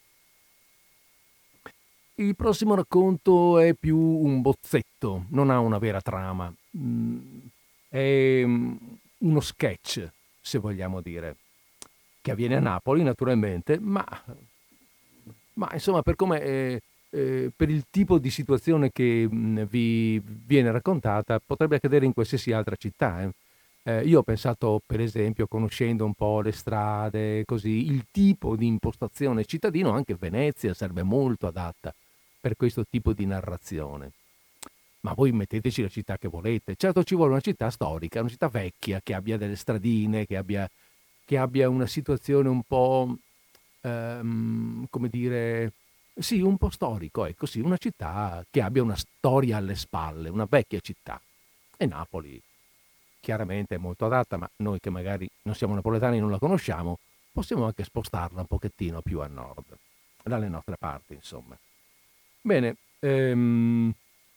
Il prossimo racconto è più un bozzetto, non ha una vera trama. Mm, è mm, uno sketch, se vogliamo dire, che avviene a Napoli naturalmente, ma, ma insomma per come eh, eh, per il tipo di situazione che mm, vi viene raccontata potrebbe accadere in qualsiasi altra città. eh. Eh, io ho pensato, per esempio, conoscendo un po' le strade, così, il tipo di impostazione cittadino, anche Venezia sarebbe molto adatta per questo tipo di narrazione. Ma voi metteteci la città che volete. Certo ci vuole una città storica, una città vecchia, che abbia delle stradine, che abbia, che abbia una situazione un po', ehm, come dire, sì, un po' storico, ecco, sì, una città che abbia una storia alle spalle, una vecchia città. E Napoli chiaramente è molto adatta, ma noi che magari non siamo napoletani e non la conosciamo, possiamo anche spostarla un pochettino più a nord, dalle nostre parti, insomma. Bene, ehm,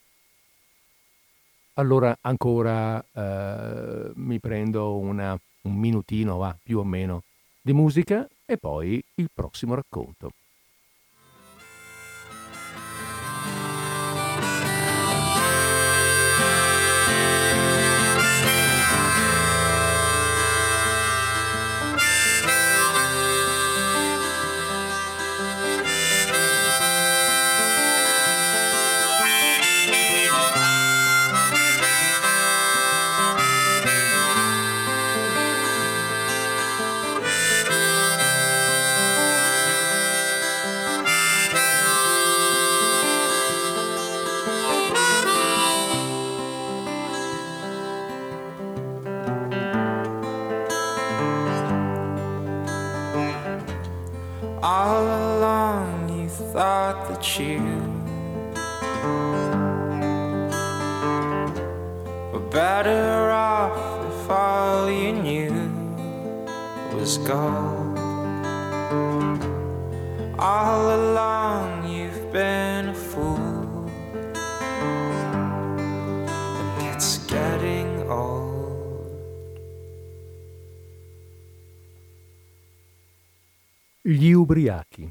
allora ancora eh, mi prendo una, un minutino, va, più o meno, di musica e poi il prossimo racconto. All along you thought that you were better off if all you knew was gold. All along you've been a fool, and it's getting old. Gli ubriachi.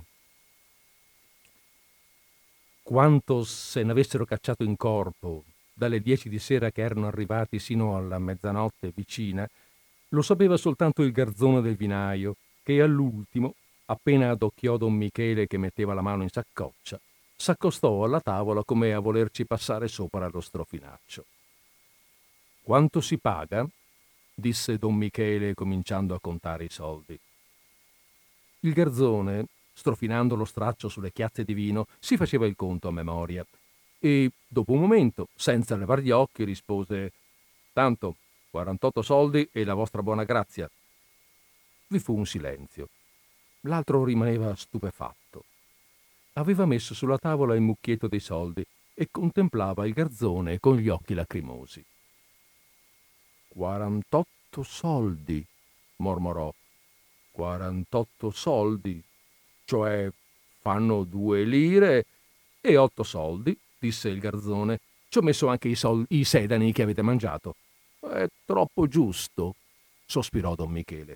Quanto se n'avessero cacciato in corpo dalle dieci di sera che erano arrivati sino alla mezzanotte vicina, lo sapeva soltanto il garzone del vinaio, che all'ultimo, appena adocchiò don Michele che metteva la mano in saccoccia, s'accostò alla tavola come a volerci passare sopra lo strofinaccio. «Quanto si paga?» disse don Michele cominciando a contare i soldi. Il garzone, strofinando lo straccio sulle chiazze di vino, si faceva il conto a memoria e, dopo un momento, senza levar gli occhi, rispose: «Tanto, quarantotto soldi e la vostra buona grazia». Vi fu un silenzio. L'altro rimaneva stupefatto. Aveva messo sulla tavola il mucchietto dei soldi e contemplava il garzone con gli occhi lacrimosi. «Quarantotto soldi», mormorò. «Quarantotto soldi, cioè fanno due lire e otto soldi», disse il garzone. «Ci ho messo anche i, sol- i sedani che avete mangiato». «È troppo giusto», sospirò don Michele.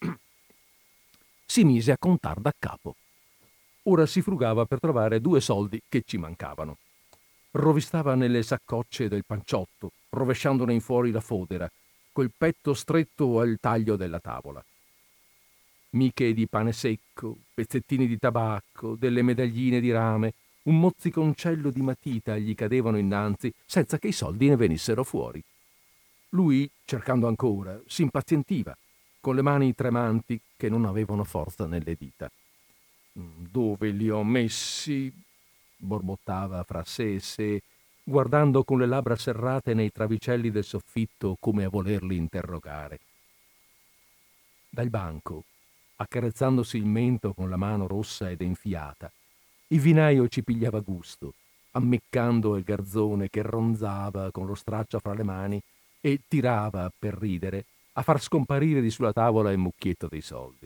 Si mise a contar da capo. Ora si frugava per trovare due soldi che ci mancavano. Rovistava nelle saccocce del panciotto, rovesciandone in fuori la fodera, col petto stretto al taglio della tavola. Miche di pane secco, pezzettini di tabacco, delle medagline di rame, un mozziconcello di matita gli cadevano innanzi senza che i soldi ne venissero fuori. Lui, cercando ancora, si impazientiva, con le mani tremanti che non avevano forza nelle dita. «Dove li ho messi?» borbottava fra sé e sé, guardando con le labbra serrate nei travicelli del soffitto come a volerli interrogare. Dal banco, accarezzandosi il mento con la mano rossa ed enfiata, il vinaio ci pigliava gusto, ammiccando il garzone che ronzava con lo straccio fra le mani e tirava, per ridere, a far scomparire di sulla tavola il mucchietto dei soldi.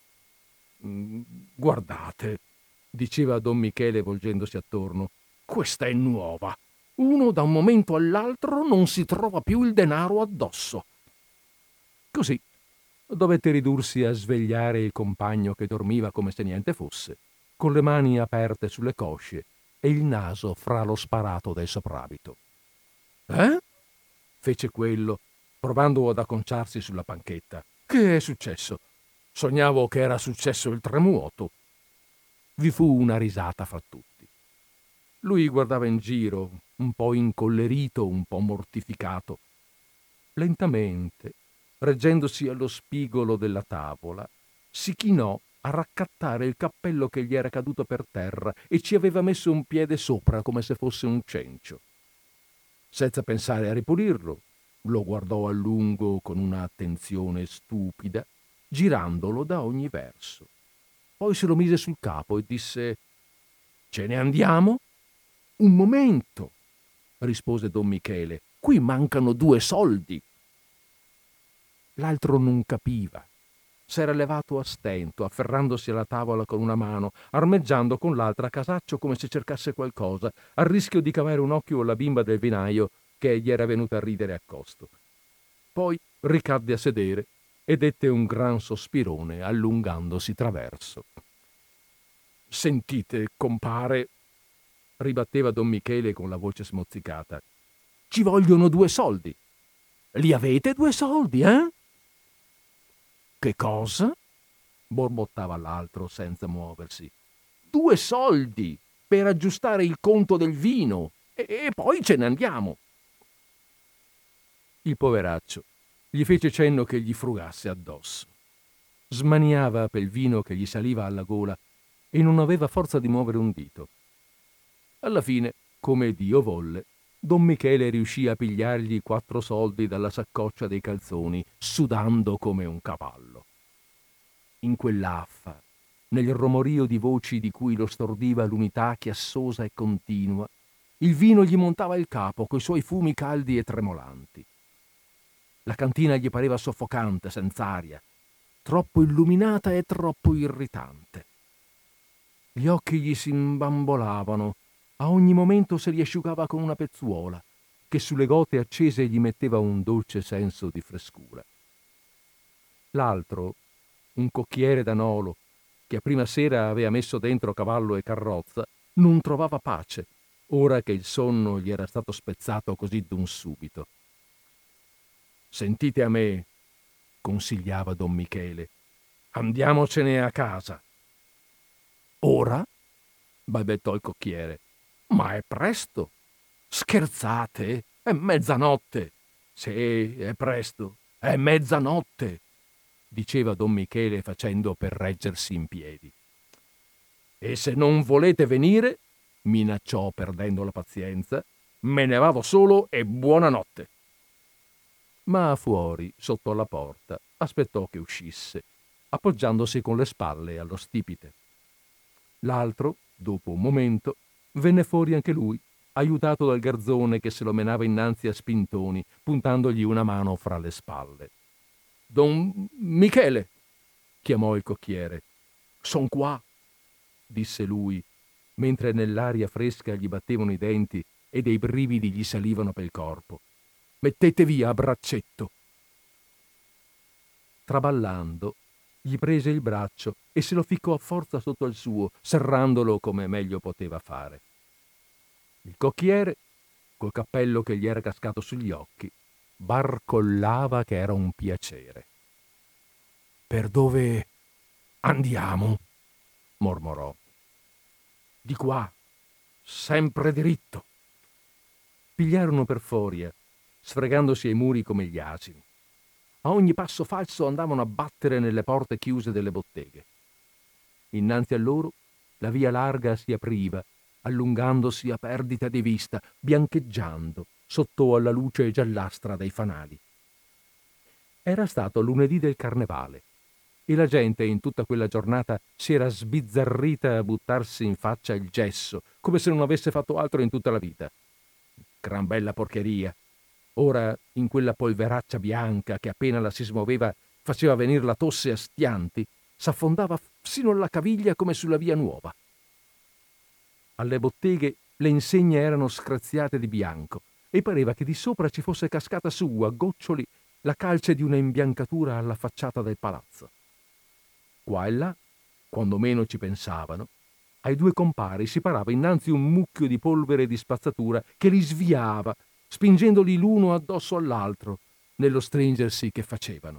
«Guardate», diceva don Michele volgendosi attorno, «questa è nuova. Uno da un momento all'altro non si trova più il denaro addosso». Così dovette ridursi a svegliare il compagno che dormiva come se niente fosse, con le mani aperte sulle cosce e il naso fra lo sparato del soprabito. «Eh?» fece quello, provando ad acconciarsi sulla panchetta. «Che è successo? Sognavo che era successo il tremuoto». Vi fu una risata fra tutti. Lui guardava in giro, un po' incollerito, un po' mortificato. Lentamente, reggendosi allo spigolo della tavola, si chinò a raccattare il cappello che gli era caduto per terra e ci aveva messo un piede sopra come se fosse un cencio. Senza pensare a ripulirlo, lo guardò a lungo con una attenzione stupida, girandolo da ogni verso. Poi se lo mise sul capo e disse: «Ce ne andiamo?» «Un momento», rispose don Michele, «qui mancano due soldi». L'altro non capiva. S'era levato a stento, afferrandosi alla tavola con una mano, armeggiando con l'altra a casaccio come se cercasse qualcosa, a rischio di cavare un occhio alla bimba del vinaio che gli era venuta a ridere accosto. Poi ricadde a sedere e dette un gran sospirone allungandosi traverso. «Sentite, compare», ribatteva don Michele con la voce smozzicata, «ci vogliono due soldi. Li avete due soldi, eh?» «Che cosa?» borbottava l'altro senza muoversi. «Due soldi per aggiustare il conto del vino e, e poi ce ne andiamo». Il poveraccio gli fece cenno che gli frugasse addosso. Smaniava per il vino che gli saliva alla gola e non aveva forza di muovere un dito. Alla fine, come Dio volle, don Michele riuscì a pigliargli quattro soldi dalla saccoccia dei calzoni, sudando come un cavallo. In quell'affa nel romorio di voci di cui lo stordiva l'unità chiassosa e continua, il vino gli montava il capo coi suoi fumi caldi e tremolanti. La cantina gli pareva soffocante, senz'aria, troppo illuminata e troppo irritante. Gli occhi gli si imbambolavano, a ogni momento se li asciugava con una pezzuola, che sulle gote accese gli metteva un dolce senso di frescura. L'altro, un cocchiere da Nolo, che a prima sera aveva messo dentro cavallo e carrozza, non trovava pace, ora che il sonno gli era stato spezzato così d'un subito. «Sentite a me», consigliava don Michele, «andiamocene a casa». «Ora?» balbettò il cocchiere. «Ma è presto! Scherzate? È mezzanotte!» «Sì, è presto, è mezzanotte!» diceva don Michele facendo per reggersi in piedi. «E se non volete venire», minacciò perdendo la pazienza, «me ne vado solo e buonanotte». Ma fuori, sotto alla porta, aspettò che uscisse, appoggiandosi con le spalle allo stipite. L'altro, dopo un momento, venne fuori anche lui, aiutato dal garzone che se lo menava innanzi a spintoni, puntandogli una mano fra le spalle. «Don Michele», chiamò il cocchiere. «Son qua», disse lui, mentre nell'aria fresca gli battevano i denti e dei brividi gli salivano pel corpo. «Mettete via a braccetto». Traballando, gli prese il braccio e se lo ficcò a forza sotto il suo, serrandolo come meglio poteva fare. Il cocchiere, col cappello che gli era cascato sugli occhi, barcollava che era un piacere. «Per dove andiamo?» mormorò. «Di qua, sempre diritto». Pigliarono per foria, sfregandosi ai muri come gli asini. A ogni passo falso andavano a battere nelle porte chiuse delle botteghe. Innanzi a loro la via larga si apriva, allungandosi a perdita di vista, biancheggiando sotto alla luce giallastra dei fanali. Era stato lunedì del carnevale e la gente in tutta quella giornata si era sbizzarrita a buttarsi in faccia il gesso, come se non avesse fatto altro in tutta la vita. Gran bella porcheria! Ora, in quella polveraccia bianca che appena la si smuoveva faceva venir la tosse a stianti, s'affondava sino alla caviglia come sulla via nuova. Alle botteghe le insegne erano screziate di bianco e pareva che di sopra ci fosse cascata su a goccioli la calce di una imbiancatura alla facciata del palazzo. Qua e là, quando meno ci pensavano, ai due compari si parava innanzi un mucchio di polvere e di spazzatura che li sviava, spingendoli l'uno addosso all'altro nello stringersi che facevano.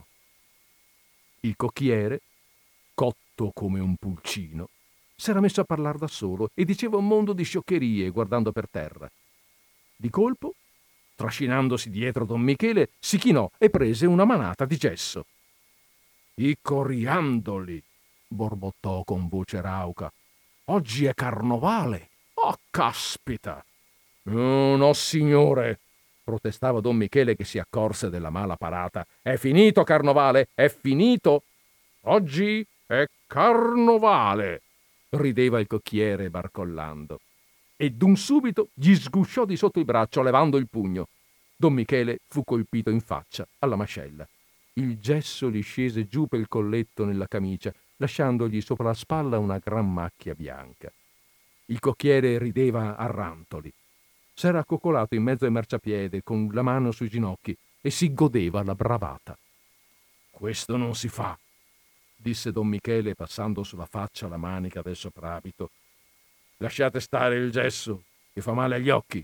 Il cocchiere, cotto come un pulcino, s'era messo a parlar da solo e diceva un mondo di scioccherie guardando per terra. Di colpo, trascinandosi dietro don Michele, si chinò e prese una manata di gesso. «I coriandoli!» borbottò con voce rauca. «Oggi è carnovale! Oh, caspita!» «No, no, signore!» protestava don Michele che si accorse della mala parata. «È finito carnovale! È finito! Oggi è carnovale!» rideva il cocchiere barcollando. E d'un subito gli sgusciò di sotto il braccio levando il pugno. Don Michele fu colpito in faccia alla mascella. Il gesso gli scese giù pel colletto nella camicia, lasciandogli sopra la spalla una gran macchia bianca. Il cocchiere rideva a rantoli. S'era accoccolato in mezzo ai marciapiede con la mano sui ginocchi e si godeva la bravata. «Questo non si fa», disse don Michele passando sulla faccia la manica del soprabito. «Lasciate stare il gesso, che fa male agli occhi».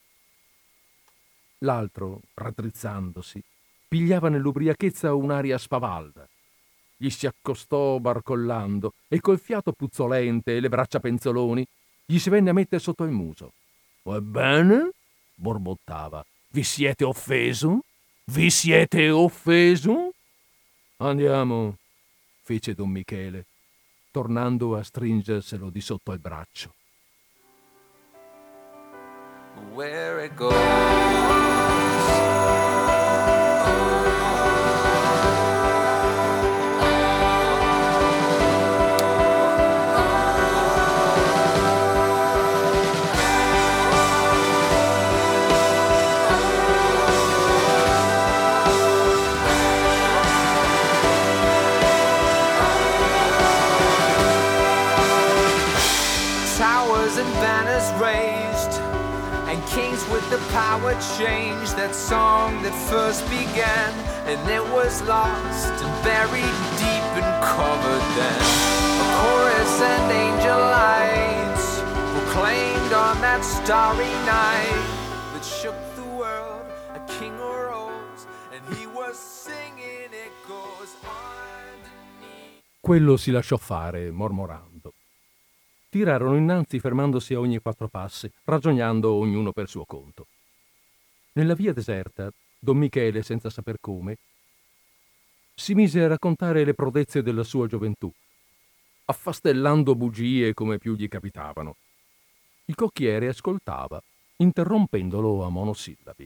L'altro, raddrizzandosi, pigliava nell'ubriachezza un'aria spavalda. Gli si accostò barcollando e col fiato puzzolente e le braccia penzoloni gli si venne a mettere sotto il muso. «Ebbene?» borbottava. «Vi siete offeso? Vi siete offeso?» «Andiamo», fece don Michele, tornando a stringerselo di sotto il braccio. Where it goes. power changed that song that first began, and it was lost and buried deep and covered then. A chorus and angel lights proclaimed on that starry night that shook the world. A king arose and he was singing, it goes underneath. Quello si lasciò fare, mormorando. Tirarono innanzi fermandosi a ogni quattro passi, ragionando ognuno per suo conto. Nella via deserta, don Michele, senza saper come, si mise a raccontare le prodezze della sua gioventù, affastellando bugie come più gli capitavano. Il cocchiere ascoltava, interrompendolo a monosillabi.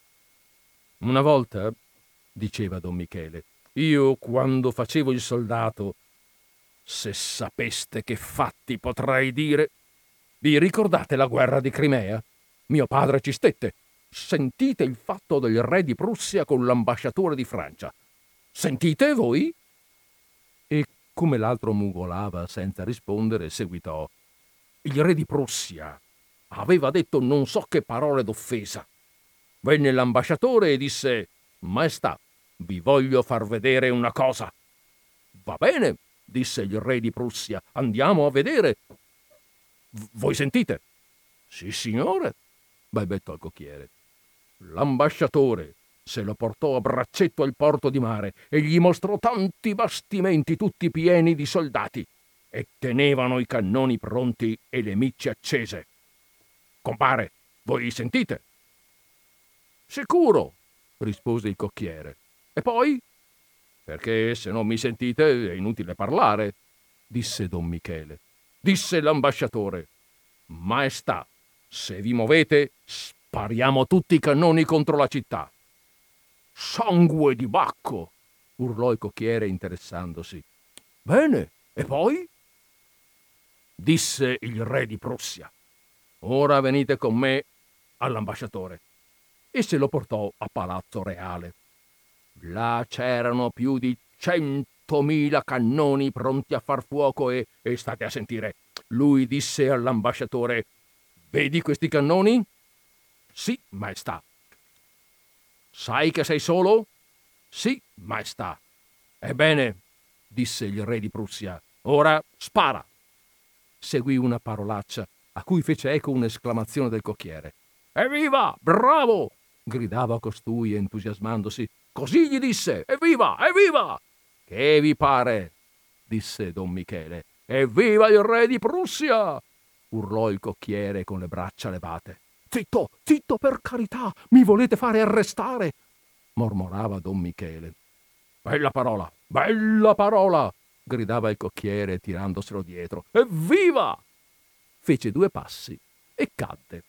Una volta, diceva don Michele, io quando facevo il soldato, se sapeste che fatti potrei dire. Vi ricordate la guerra di Crimea? Mio padre ci stette. Sentite il fatto del re di Prussia con l'ambasciatore di Francia. Sentite voi? E come l'altro mugolava senza rispondere, seguitò. Il re di Prussia aveva detto non so che parole d'offesa. Venne l'ambasciatore e disse: Maestà, vi voglio far vedere una cosa. Va bene, disse il re di Prussia, andiamo a vedere. V- voi sentite? Sì, signore, balbettò il cocchiere. L'ambasciatore se lo portò a braccetto al porto di mare e gli mostrò tanti bastimenti tutti pieni di soldati e tenevano i cannoni pronti e le micce accese. Compare, voi sentite? Sicuro, rispose il cocchiere. E poi? Perché se non mi sentite è inutile parlare, disse don Michele. Disse l'ambasciatore. Maestà, se vi muovete, spariamo tutti i cannoni contro la città. Sangue di Bacco, urlò il cocchiere interessandosi. Bene, e poi? Disse il re di Prussia. Ora venite con me all'ambasciatore. E se lo portò a Palazzo Reale. Là c'erano più di centomila cannoni pronti a far fuoco e, e state a sentire, lui disse all'ambasciatore: vedi questi cannoni? Sì, maestà. Sai che sei solo? Sì, maestà. Ebbene, disse il re di Prussia, ora spara. Seguì una parolaccia a cui fece eco un'esclamazione del cocchiere. Evviva! Bravo! Gridava costui entusiasmandosi. Così gli disse: evviva! Evviva! Che vi pare? Disse don Michele. Evviva il re di Prussia! Urlò il cocchiere con le braccia levate. Zitto, zitto, per carità, mi volete fare arrestare? Mormorava don Michele. Bella parola, bella parola! Gridava il cocchiere tirandoselo dietro. Evviva! Fece due passi e cadde.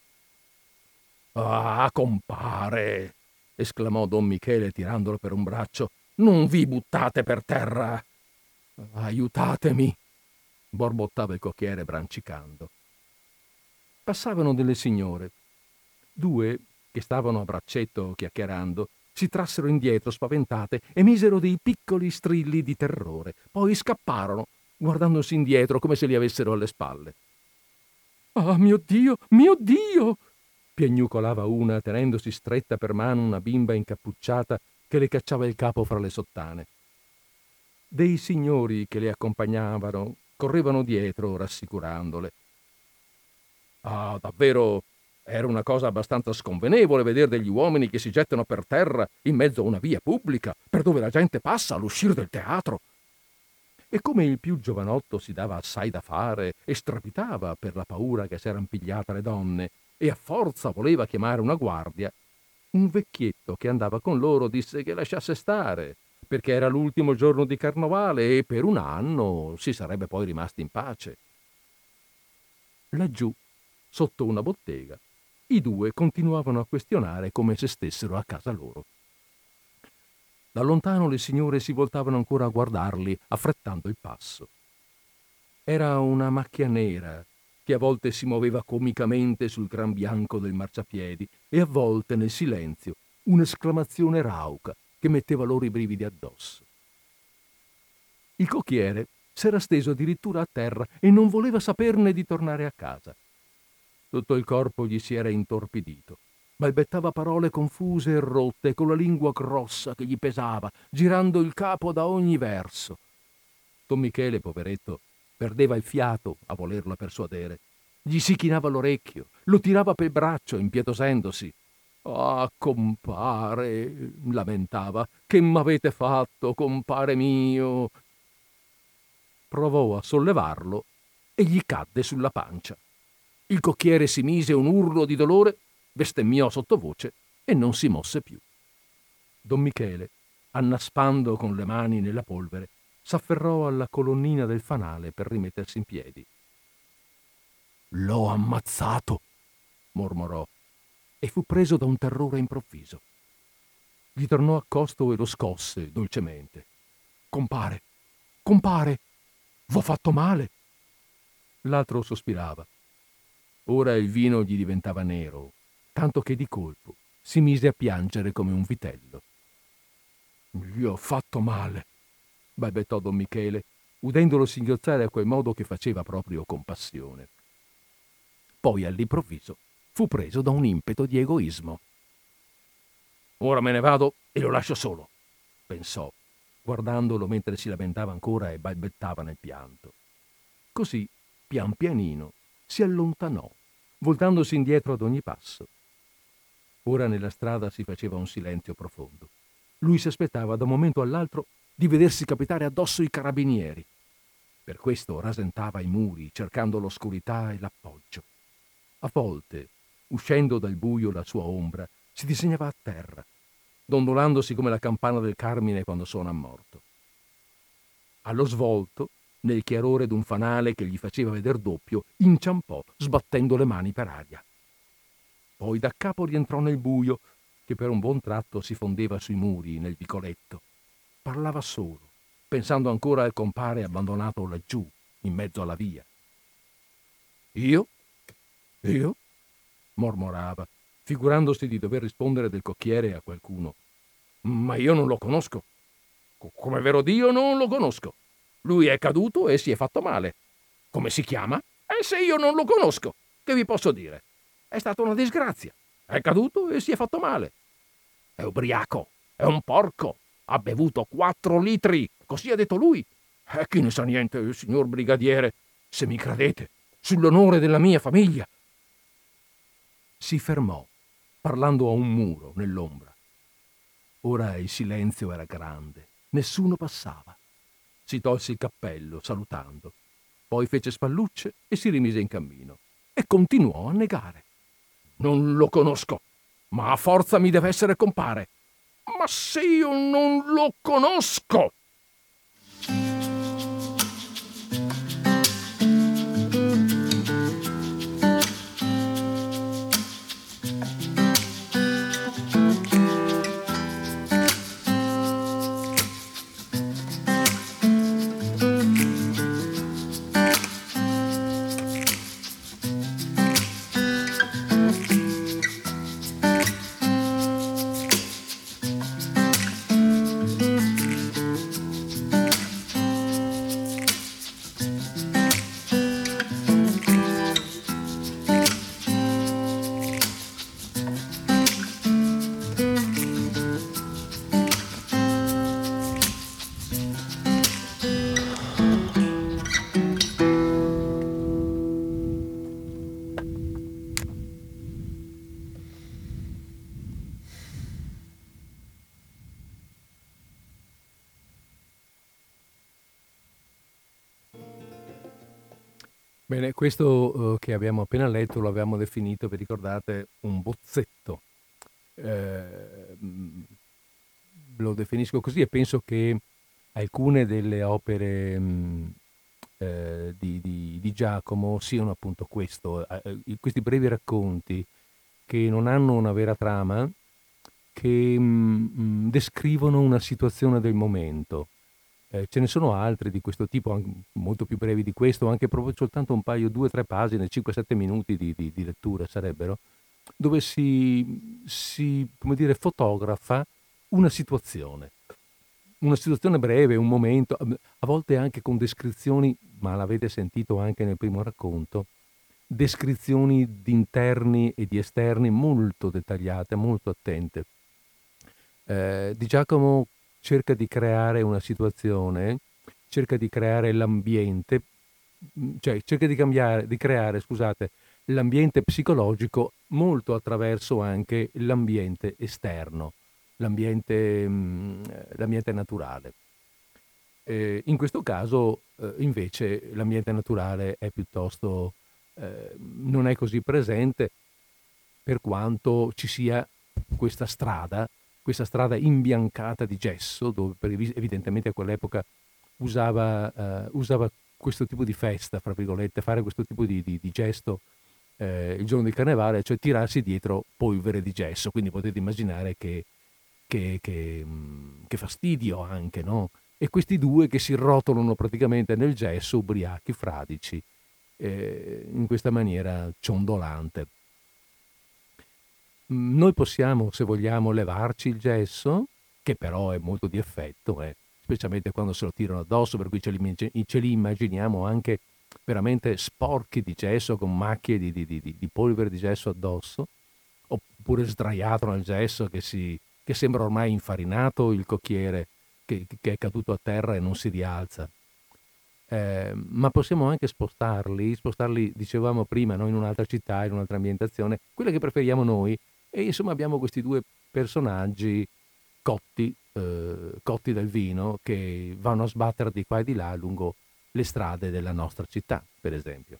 Ah, compare! Esclamò don Michele tirandolo per un braccio. Non vi buttate per terra! Aiutatemi! Borbottava il cocchiere brancicando. Passavano delle signore. Due, che stavano a braccetto chiacchierando, si trassero indietro spaventate e misero dei piccoli strilli di terrore. Poi scapparono, guardandosi indietro come se li avessero alle spalle. Ah, mio Dio, mio Dio! Piagnucolava una, tenendosi stretta per mano una bimba incappucciata che le cacciava il capo fra le sottane. Dei signori che le accompagnavano correvano dietro, rassicurandole. Ah, davvero, era una cosa abbastanza sconvenevole vedere degli uomini che si gettano per terra in mezzo a una via pubblica, per dove la gente passa all'uscire del teatro. E come il più giovanotto si dava assai da fare e strepitava per la paura che s'eran pigliata le donne e a forza voleva chiamare una guardia, un vecchietto che andava con loro disse che lasciasse stare, perché era l'ultimo giorno di carnovale e per un anno si sarebbe poi rimasti in pace. Laggiù, sotto una bottega, i due continuavano a questionare come se stessero a casa loro. Da lontano le signore si voltavano ancora a guardarli, affrettando il passo. Era una macchia nera che a volte si muoveva comicamente sul gran bianco del marciapiedi e a volte, nel silenzio, un'esclamazione rauca che metteva loro i brividi addosso. Il cocchiere s'era steso addirittura a terra e non voleva saperne di tornare a casa. Tutto il corpo gli si era intorpidito. balbettava parole confuse e rotte con la lingua grossa che gli pesava, girando il capo da ogni verso. Don Michele, poveretto, perdeva il fiato a volerla persuadere. Gli si chinava l'orecchio, lo tirava pel braccio, impietosendosi. «Ah, compare», lamentava, «che m'avete fatto, compare mio?» Provò a sollevarlo e gli cadde sulla pancia. Il cocchiere si mise un urlo di dolore, bestemmiò sottovoce e non si mosse più. Don Michele, annaspando con le mani nella polvere, s'afferrò alla colonnina del fanale per rimettersi in piedi. «L'ho ammazzato», mormorò, e fu preso da un terrore improvviso. Gli tornò accosto e lo scosse dolcemente. «Compare, compare, v'ho fatto male!» L'altro sospirava. Ora il vino gli diventava nero, tanto che di colpo si mise a piangere come un vitello. «Gli ho fatto male», balbettò Don Michele, udendolo singhiozzare a quel modo che faceva proprio compassione. Poi all'improvviso fu preso da un impeto di egoismo. «Ora me ne vado e lo lascio solo», pensò, guardandolo mentre si lamentava ancora e balbettava nel pianto. Così, pian pianino, si allontanò, voltandosi indietro ad ogni passo. Ora nella strada si faceva un silenzio profondo. Lui si aspettava da un momento all'altro di vedersi capitare addosso i carabinieri. Per questo rasentava i muri, cercando l'oscurità e l'appoggio. A volte, uscendo dal buio la sua ombra, si disegnava a terra, dondolandosi come la campana del Carmine quando suona a morto. Allo svolto, nel chiarore d'un fanale che gli faceva veder doppio, inciampò, sbattendo le mani per aria. Poi da capo rientrò nel buio, che per un buon tratto si fondeva sui muri, nel vicoletto. Parlava solo, pensando ancora al compare abbandonato laggiù, in mezzo alla via. «Io? Io?» mormorava, figurandosi di dover rispondere del cocchiere a qualcuno. «Ma io non lo conosco. Come vero Dio non lo conosco. Lui è caduto e si è fatto male. Come si chiama? E se io non lo conosco, che vi posso dire? È stata una disgrazia. È caduto e si è fatto male. È ubriaco, è un porco. Ha bevuto quattro litri, così ha detto lui. E chi ne sa niente, signor brigadiere, se mi credete, sull'onore della mia famiglia». Si fermò, parlando a un muro nell'ombra. Ora il silenzio era grande, nessuno passava. Si tolse il cappello, salutando. Poi fece spallucce e si rimise in cammino. E continuò a negare. «Non lo conosco, ma a forza mi deve essere compare. Ma se io non lo conosco!» Bene, questo uh, che abbiamo appena letto lo abbiamo definito, vi ricordate, un bozzetto. Eh, lo definisco così e penso che alcune delle opere mh, eh, di, di, di Giacomo siano appunto questo, eh, questi brevi racconti che non hanno una vera trama, che mh, descrivono una situazione del momento. Eh, ce ne sono altri di questo tipo, anche molto più brevi di questo, anche proprio soltanto un paio, due o tre pagine, cinque sette minuti di, di, di lettura sarebbero, dove si, si, come dire, fotografa una situazione, una situazione breve, un momento, a volte anche con descrizioni, ma l'avete sentito anche nel primo racconto, descrizioni di interni e di esterni molto dettagliate, molto attente. Eh, Di Giacomo cerca di creare una situazione, cerca di creare l'ambiente, cioè cerca di cambiare, di creare, scusate, l'ambiente psicologico molto attraverso anche l'ambiente esterno, l'ambiente, l'ambiente naturale. Eh, in questo caso eh, invece l'ambiente naturale è piuttosto eh, non è così presente, per quanto ci sia questa strada, questa strada imbiancata di gesso, dove evidentemente a quell'epoca usava, eh, usava questo tipo di festa, fra virgolette, fare questo tipo di, di, di gesto eh, il giorno di carnevale, cioè tirarsi dietro polvere di gesso, quindi potete immaginare che, che, che, che fastidio anche, no? E questi due che si rotolano praticamente nel gesso, ubriachi, fradici, eh, in questa maniera ciondolante. Noi possiamo, se vogliamo, levarci il gesso, che però è molto di effetto, eh, specialmente quando se lo tirano addosso, per cui ce li, ce li immaginiamo anche veramente sporchi di gesso, con macchie di, di, di, di polvere di gesso addosso, oppure sdraiato nel gesso che, si, che sembra ormai infarinato il cocchiere che, che è caduto a terra e non si rialza. Eh, ma possiamo anche spostarli, spostarli, dicevamo prima, no? In un'altra città, in un'altra ambientazione, quella che preferiamo noi, e insomma abbiamo questi due personaggi cotti, eh, cotti del vino, che vanno a sbattere di qua e di là lungo le strade della nostra città, per esempio.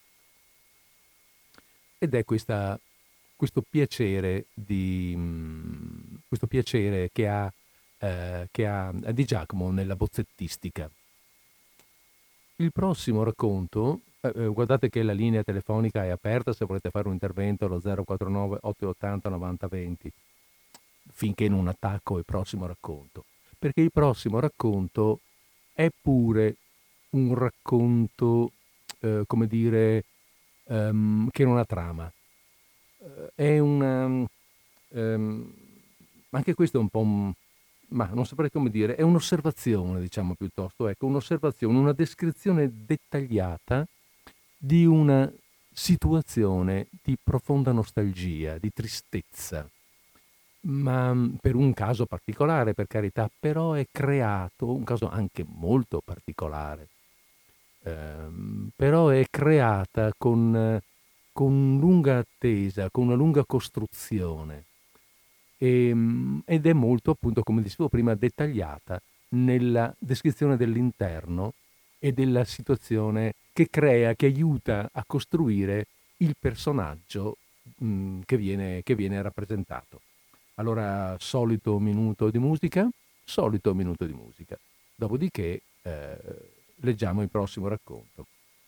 Ed è questa, questo piacere di questo piacere che ha, eh, che ha Di Giacomo nella bozzettistica. Il prossimo racconto, eh, guardate che la linea telefonica è aperta se volete fare un intervento allo zero quattro nove otto otto zero nove zero due zero, finché non attacco il prossimo racconto, perché il prossimo racconto è pure un racconto, eh, come dire, um, che non ha trama. Uh, è una... Um, anche questo è un po' un... ma non saprei come dire, è un'osservazione, diciamo piuttosto, ecco, un'osservazione, una descrizione dettagliata di una situazione di profonda nostalgia, di tristezza, ma per un caso particolare, per carità, però è creato, un caso anche molto particolare, ehm, però è creata con, con lunga attesa, con una lunga costruzione. E, ed è molto, appunto, come dicevo prima, dettagliata nella descrizione dell'interno e della situazione che crea, che aiuta a costruire il personaggio mh, che viene, che viene rappresentato. Allora, solito minuto di musica, solito minuto di musica. Dopodiché eh, leggiamo il prossimo racconto.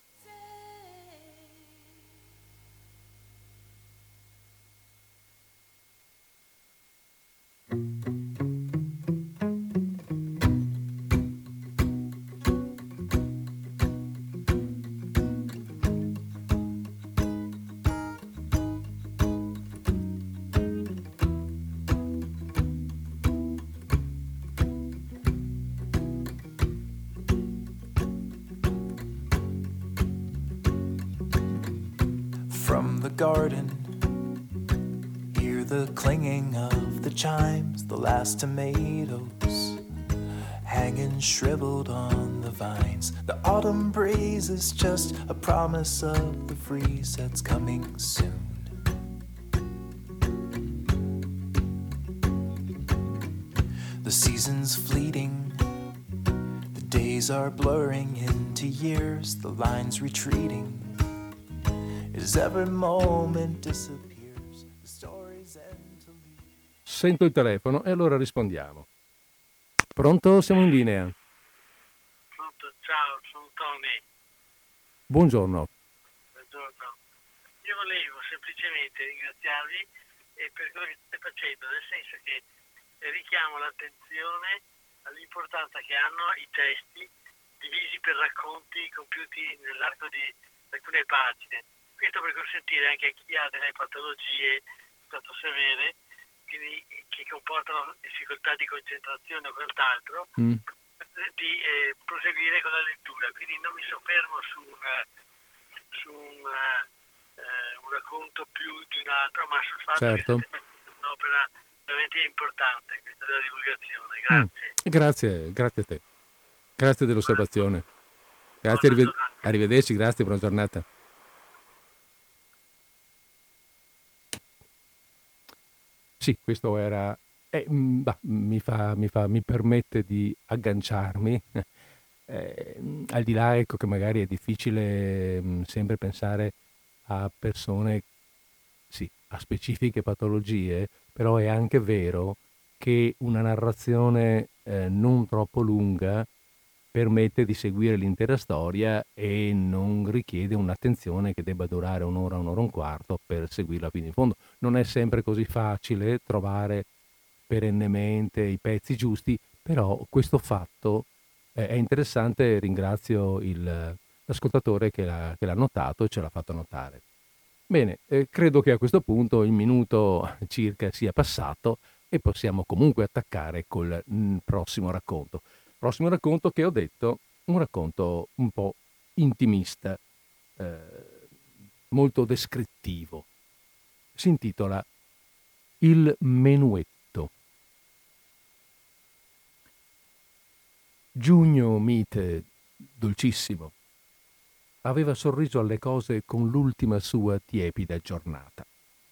From the garden, hear the clinging of the chimes, the last tomatoes hanging shriveled on the vines. The autumn breeze is just a promise of the freeze that's coming soon. The season's fleeting, the days are blurring into years, the lines retreating. As every moment disappears, the stories end to leave. Sento il telefono e allora rispondiamo. Pronto? Siamo in linea. Pronto, ciao, sono Tony. Buongiorno. Buongiorno. Io volevo semplicemente ringraziarvi eh, per quello che state facendo, nel senso che richiamo l'attenzione all'importanza che hanno i testi divisi per racconti compiuti nell'arco di alcune pagine. Questo per consentire anche a chi ha delle patologie piuttosto severe, quindi che comportano difficoltà di concentrazione o quant'altro, mm. di eh, proseguire con la lettura. Quindi non mi soffermo su un, su un eh, un racconto più di un altro, ma sul fatto Certo. che è un'opera veramente importante, questa della divulgazione. Mm. Grazie. Grazie, grazie a te. Grazie dell'osservazione. Grazie, Buona arrive- giornata. arrivederci, grazie, buona giornata. Sì, questo era... eh, mm, bah, mi fa, mi fa, mi permette di agganciarmi, eh, mm, al di là, ecco, che magari è difficile mm, sempre pensare a persone, sì, a specifiche patologie, però è anche vero che una narrazione eh, non troppo lunga permette di seguire l'intera storia e non richiede un'attenzione che debba durare un'ora, un'ora e un quarto per seguirla fino in fondo. Non è sempre così facile trovare perennemente i pezzi giusti, però questo fatto eh, è interessante. Ringrazio il, l'ascoltatore che l'ha, che l'ha notato e ce l'ha fatto notare. Bene, eh, credo che a questo punto il minuto circa sia passato e possiamo comunque attaccare col mm, prossimo racconto. Prossimo racconto che ho detto, un racconto un po' intimista, eh, molto descrittivo. Si intitola Il menuetto. Giugno mite, dolcissimo, aveva sorriso alle cose con l'ultima sua tiepida giornata.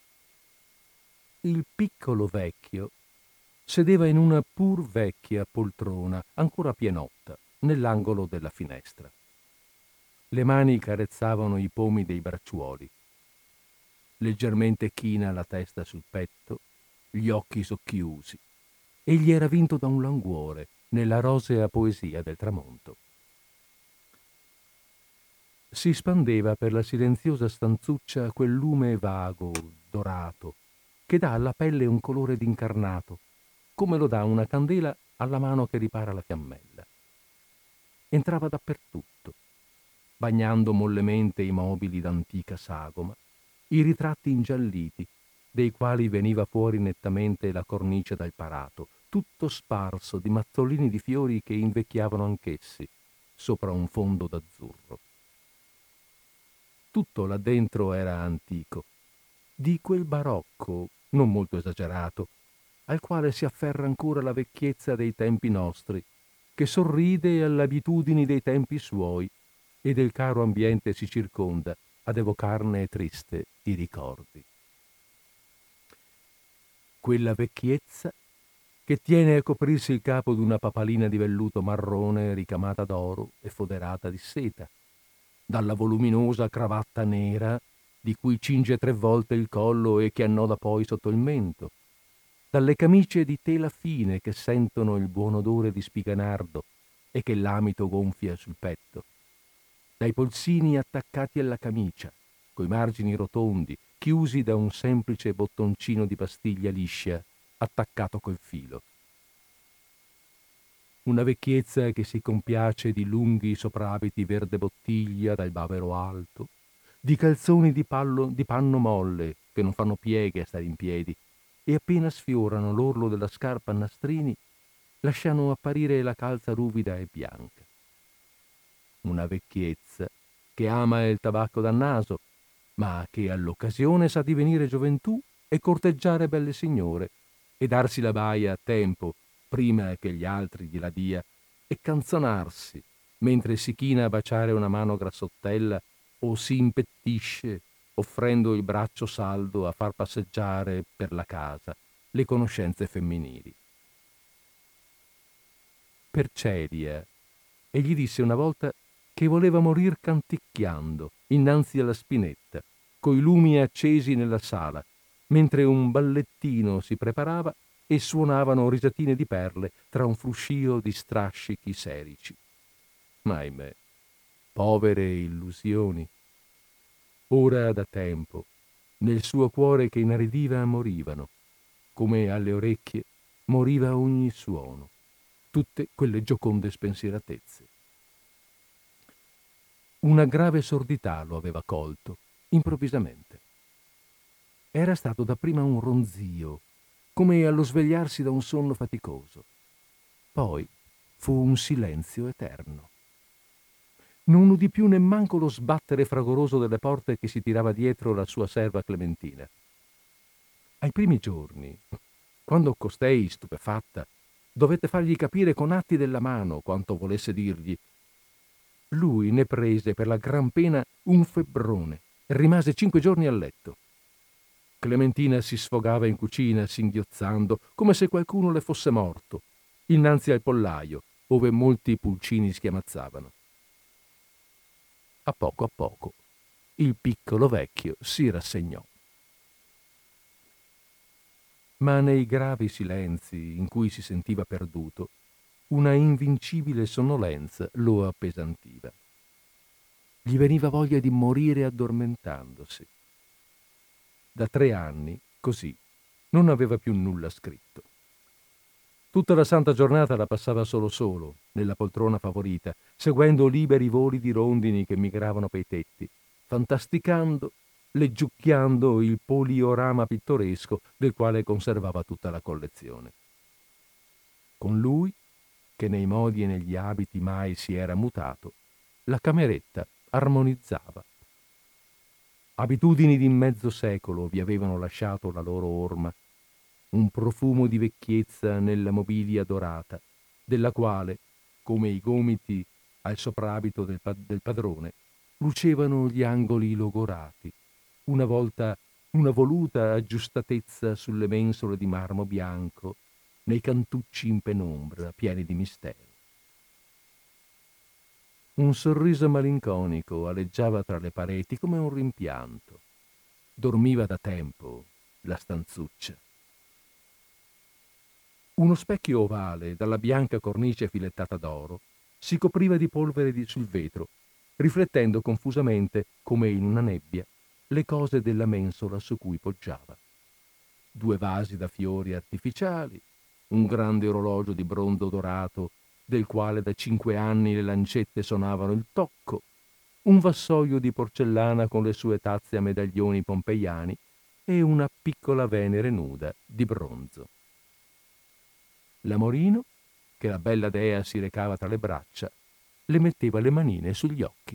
Il piccolo vecchio sedeva in una pur vecchia poltrona, ancora pienotta, nell'angolo della finestra. Le mani carezzavano i pomi dei bracciuoli. Leggermente china la testa sul petto, gli occhi socchiusi. Egli era vinto da un languore nella rosea poesia del tramonto. Si spandeva per la silenziosa stanzuccia quel lume vago, dorato, che dà alla pelle un colore d'incarnato, come lo dà una candela alla mano che ripara la fiammella. Entrava dappertutto, bagnando mollemente i mobili d'antica sagoma, i ritratti ingialliti, dei quali veniva fuori nettamente la cornice dal parato, tutto sparso di mazzolini di fiori che invecchiavano anch'essi, sopra un fondo d'azzurro. Tutto là dentro era antico, di quel barocco, non molto esagerato, al quale si afferra ancora la vecchiezza dei tempi nostri, che sorride alle abitudini dei tempi suoi e del caro ambiente si circonda ad evocarne triste i ricordi. Quella vecchiezza che tiene a coprirsi il capo d'una papalina di velluto marrone ricamata d'oro e foderata di seta, dalla voluminosa cravatta nera di cui cinge tre volte il collo e che annoda poi sotto il mento, dalle camicie di tela fine che sentono il buon odore di spiganardo e che l'amito gonfia sul petto, dai polsini attaccati alla camicia, coi margini rotondi, chiusi da un semplice bottoncino di pastiglia liscia attaccato col filo. Una vecchiezza che si compiace di lunghi soprabiti verde bottiglia dal bavero alto, di calzoni di, pallo, di panno molle che non fanno pieghe a stare in piedi e appena sfiorano l'orlo della scarpa a nastrini lasciano apparire la calza ruvida e bianca. Una vecchiezza che ama il tabacco dal naso, ma che all'occasione sa divenire gioventù e corteggiare belle signore e darsi la baia a tempo prima che gli altri gliela dia e canzonarsi mentre si china a baciare una mano grassottella o si impettisce offrendo il braccio saldo a far passeggiare per la casa le conoscenze femminili. Per Celia, egli disse una volta che voleva morir canticchiando innanzi alla spinetta, coi lumi accesi nella sala, mentre un ballettino si preparava e suonavano risatine di perle tra un fruscio di strascichi serici. Ma ahimè, povere illusioni. Ora da tempo, nel suo cuore che inaridiva morivano, come alle orecchie moriva ogni suono, tutte quelle gioconde spensieratezze. Una grave sordità lo aveva colto, improvvisamente. Era stato dapprima un ronzio, come allo svegliarsi da un sonno faticoso. Poi fu un silenzio eterno. Non udì più nemmanco lo sbattere fragoroso delle porte che si tirava dietro la sua serva Clementina. Ai primi giorni, quando costei, stupefatta, dovette fargli capire con atti della mano quanto volesse dirgli, lui ne prese per la gran pena un febbrone e rimase cinque giorni a letto. Clementina si sfogava in cucina, singhiozzando, come se qualcuno le fosse morto, innanzi al pollaio, ove molti pulcini schiamazzavano. A poco a poco il piccolo vecchio si rassegnò. Ma nei gravi silenzi in cui si sentiva perduto, una invincibile sonnolenza lo appesantiva. Gli veniva voglia di morire addormentandosi. Da tre anni, così, non aveva più nulla scritto. Tutta la santa giornata la passava solo solo, nella poltrona favorita, seguendo liberi voli di rondini che migravano pei tetti, fantasticando, leggiucchiando il poliorama pittoresco del quale conservava tutta la collezione. Con lui, che nei modi e negli abiti mai si era mutato, la cameretta armonizzava. Abitudini di mezzo secolo vi avevano lasciato la loro orma, un profumo di vecchiezza nella mobilia dorata, della quale, come i gomiti al soprabito del, pa- del padrone, lucevano gli angoli logorati, una volta una voluta aggiustatezza sulle mensole di marmo bianco, nei cantucci in penombra, pieni di mistero. Un sorriso malinconico aleggiava tra le pareti come un rimpianto. Dormiva da tempo la stanzuccia. Uno specchio ovale, dalla bianca cornice filettata d'oro, si copriva di polvere di- sul vetro, riflettendo confusamente, come in una nebbia, le cose della mensola su cui poggiava. Due vasi da fiori artificiali, un grande orologio di bronzo dorato, del quale da cinque anni le lancette sonavano il tocco, un vassoio di porcellana con le sue tazze a medaglioni pompeiani e una piccola Venere nuda di bronzo. L'amorino, che la bella dea si recava tra le braccia, le metteva le manine sugli occhi.